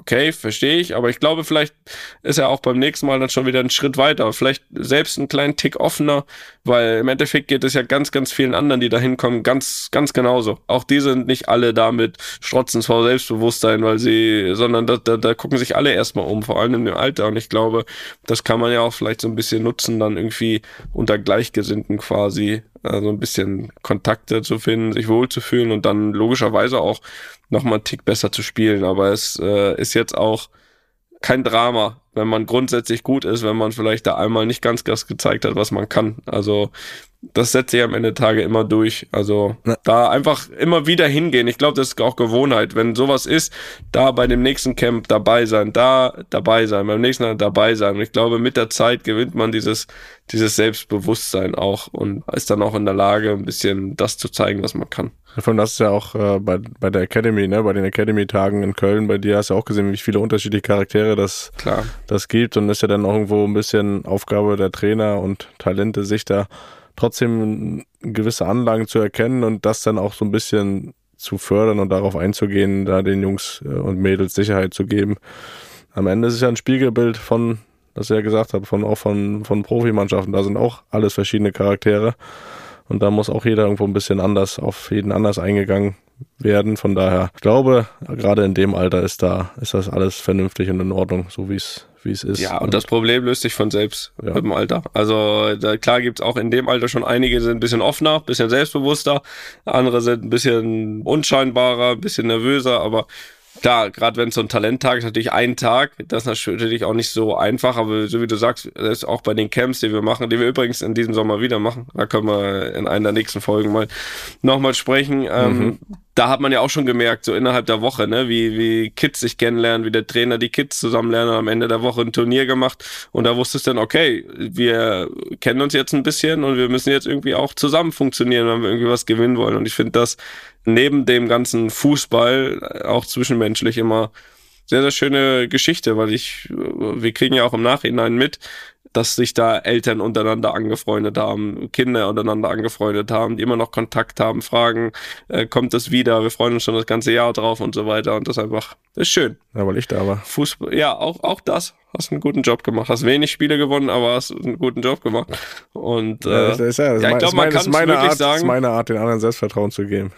okay, verstehe ich, aber ich glaube, vielleicht ist er auch beim nächsten Mal dann schon wieder einen Schritt weiter, vielleicht selbst einen kleinen Tick offener, weil im Endeffekt geht es ja ganz, ganz vielen anderen, die da hinkommen, ganz, ganz genauso. Auch die sind nicht alle da mit Strotzens vor Selbstbewusstsein, weil sie, sondern da, da, da gucken sich alle erstmal um, vor allem in dem Alter, und ich glaube, das kann man ja auch vielleicht so ein bisschen nutzen, dann irgendwie unter Gleichgesinnten quasi, also ein bisschen Kontakte zu finden, sich wohlzufühlen und dann logischerweise auch nochmal einen Tick besser zu spielen. Aber es äh, ist jetzt auch kein Drama, wenn man grundsätzlich gut ist, wenn man vielleicht da einmal nicht ganz das gezeigt hat, was man kann. Also das setzt sich am Ende der Tage immer durch. Also ja. Da einfach immer wieder hingehen. Ich glaube, das ist auch Gewohnheit. Wenn sowas ist, da bei dem nächsten Camp dabei sein, da dabei sein, beim nächsten Mal dabei sein. Und ich glaube, mit der Zeit gewinnt man dieses, dieses Selbstbewusstsein auch und ist dann auch in der Lage, ein bisschen das zu zeigen, was man kann. Von das ist ja auch äh, bei, bei der Academy, ne, bei den Academy-Tagen in Köln, bei dir hast du ja auch gesehen, wie viele unterschiedliche Charaktere das, Klar. das gibt, und ist ja dann auch irgendwo ein bisschen Aufgabe der Trainer und Talente, sich da trotzdem gewisse Anlagen zu erkennen und das dann auch so ein bisschen zu fördern und darauf einzugehen, da den Jungs und Mädels Sicherheit zu geben. Am Ende ist es ja ein Spiegelbild von, das ich ja gesagt habe, von, auch von, von Profimannschaften. Da sind auch alles verschiedene Charaktere. Und da muss auch jeder irgendwo ein bisschen anders, auf jeden anders eingegangen werden. Von daher, ich glaube, gerade in dem Alter ist da, ist das alles vernünftig und in Ordnung, so wie es, wie es ist. Ja, und das Problem löst sich von selbst ja. mit dem Alter. Also da, klar gibt's auch in dem Alter schon einige, sind ein bisschen offener, ein bisschen selbstbewusster. Andere sind ein bisschen unscheinbarer, ein bisschen nervöser, aber klar, gerade wenn es so ein Talenttag ist, natürlich ein Tag, das ist natürlich auch nicht so einfach, aber so wie du sagst, das ist auch bei den Camps, die wir machen, die wir übrigens in diesem Sommer wieder machen, da können wir in einer der nächsten Folgen mal nochmal sprechen, mhm. ähm, da hat man ja auch schon gemerkt, so innerhalb der Woche, ne, wie, wie Kids sich kennenlernen, wie der Trainer die Kids zusammen lernen, am Ende der Woche ein Turnier gemacht und da wusstest du dann, okay, wir kennen uns jetzt ein bisschen und wir müssen jetzt irgendwie auch zusammen funktionieren, wenn wir irgendwie was gewinnen wollen, und ich finde das neben dem ganzen Fußball auch zwischenmenschlich immer sehr, sehr schöne Geschichte, weil ich, wir kriegen ja auch im Nachhinein mit, dass sich da Eltern untereinander angefreundet haben, Kinder untereinander angefreundet haben, die immer noch Kontakt haben, fragen, äh, kommt das wieder, wir freuen uns schon das ganze Jahr drauf und so weiter, und das einfach, das ist schön. Ja, weil ich da war. Fußball, ja, auch, auch das. Hast einen guten Job gemacht. Hast wenig Spiele gewonnen, aber hast einen guten Job gemacht. Und äh, ja, das ist, ja, das ja, ich glaube, man kann es wirklich Art, sagen. Das ist meine Art, den anderen Selbstvertrauen zu geben.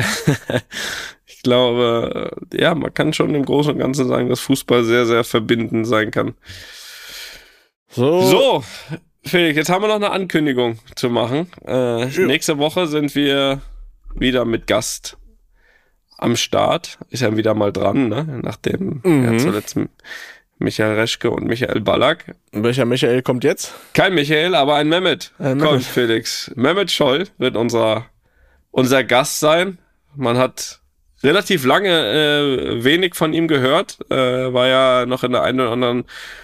Ich glaube, ja, man kann schon im Großen und Ganzen sagen, dass Fußball sehr, sehr verbindend sein kann. So. So, Felix, jetzt haben wir noch eine Ankündigung zu machen. Äh, ja. Nächste Woche sind wir wieder mit Gast am Start. Ist ja wieder mal dran, ne? Nachdem mhm. ja, zuletzt Michael Reschke und Michael Ballack. Welcher Michael kommt jetzt? Kein Michael, aber ein Mehmet. Ein kommt, Mehmet. Felix. Mehmet Scholl wird unser, unser Gast sein. Man hat relativ lange äh, wenig von ihm gehört. Äh, war ja noch in der einen oder anderen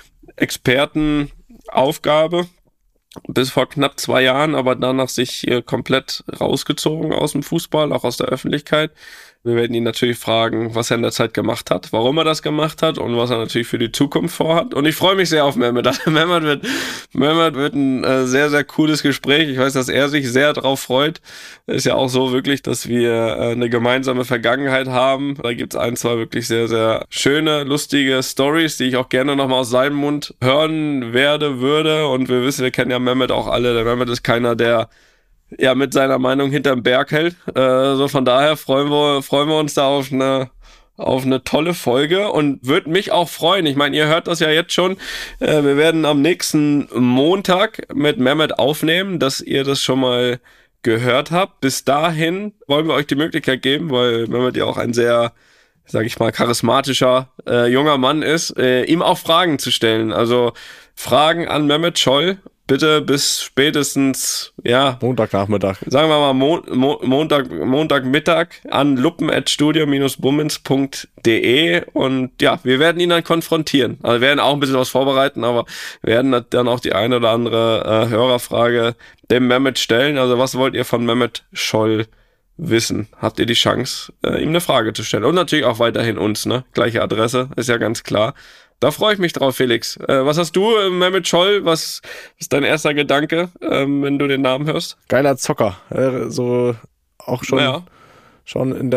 Expertenaufgabe bis vor knapp zwei Jahren, aber danach sich äh, komplett rausgezogen aus dem Fußball, auch aus der Öffentlichkeit. Wir werden ihn natürlich fragen, was er in der Zeit gemacht hat, warum er das gemacht hat und was er natürlich für die Zukunft vorhat. Und ich freue mich sehr auf Mehmet. Mehmet wird, Mehmet wird ein äh, sehr, sehr cooles Gespräch. Ich weiß, dass er sich sehr drauf freut. Ist ja auch so wirklich, dass wir äh, eine gemeinsame Vergangenheit haben. Da gibt's ein, zwei wirklich sehr, sehr schöne, lustige Stories, die ich auch gerne nochmal aus seinem Mund hören werde, würde. Und wir wissen, wir kennen ja Mehmet auch alle. Der Mehmet ist keiner, der ja mit seiner Meinung hinterm Berg hält. Äh, so von daher freuen wir, freuen wir uns da auf eine, auf eine tolle Folge und würde mich auch freuen. Ich meine, ihr hört das ja jetzt schon. Äh, wir werden am nächsten Montag mit Mehmet aufnehmen, dass ihr das schon mal gehört habt. Bis dahin wollen wir euch die Möglichkeit geben, weil Mehmet ja auch ein sehr, sag ich mal, charismatischer äh, junger Mann ist, äh, ihm auch Fragen zu stellen. Also Fragen an Mehmet Scholl. Bitte bis spätestens, ja, Montagnachmittag. Sagen wir mal Mo- Mo- Montag, Montagmittag an luppen at studio dash bummens punkt de und ja, wir werden ihn dann konfrontieren. Also wir werden auch ein bisschen was vorbereiten, aber wir werden dann auch die eine oder andere äh, Hörerfrage dem Mehmet stellen. Also was wollt ihr von Mehmet Scholl wissen? Habt ihr die Chance, äh, ihm eine Frage zu stellen? Und natürlich auch weiterhin uns, ne? Gleiche Adresse, ist ja ganz klar. Da freue ich mich drauf, Felix. Äh, was hast du, äh, Mehmet Scholl? Was ist dein erster Gedanke, ähm, wenn du den Namen hörst? Geiler Zocker. Äh, so auch schon, Ja. schon in der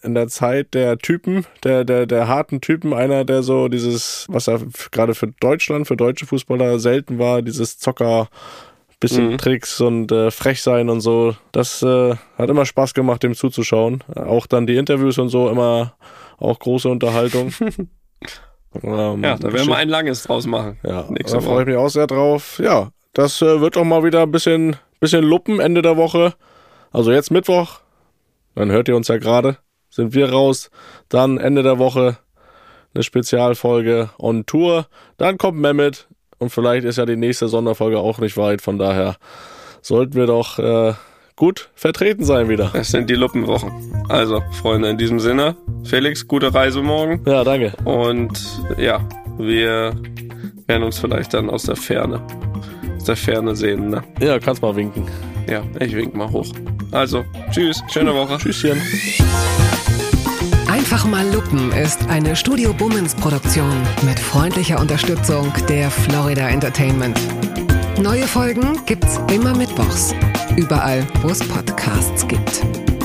in der Zeit der Typen, der, der, der harten Typen, einer, der so dieses, was ja gerade für Deutschland, für deutsche Fußballer selten war, dieses Zocker, bisschen mhm. Tricks und äh, frech sein und so. Das äh, hat immer Spaß gemacht, dem zuzuschauen. Auch dann die Interviews und so, immer auch große Unterhaltung. ähm, ja, da werden wir ein langes draus machen. Ja, da freue ich mich auch sehr drauf. Ja, das äh, wird auch mal wieder ein bisschen, bisschen luppen Ende der Woche. Also jetzt Mittwoch, dann hört ihr uns ja gerade, sind wir raus. Dann Ende der Woche eine Spezialfolge on Tour. Dann kommt Mehmet. Und vielleicht ist ja die nächste Sonderfolge auch nicht weit. Von daher sollten wir doch äh, gut vertreten sein wieder. Das sind die Luppenwochen. Also, Freunde, in diesem Sinne, Felix, gute Reise morgen. Ja, danke. Und ja, wir werden uns vielleicht dann aus der Ferne, aus der Ferne sehen. Ne? Ja, kannst mal winken. Ja, ich wink mal hoch. Also, tschüss, schöne Woche. Tschüsschen. Einfach mal Luppen ist eine Studio Bummens Produktion mit freundlicher Unterstützung der Florida Entertainment. Neue Folgen gibt's immer mittwochs. Überall, wo es Podcasts gibt.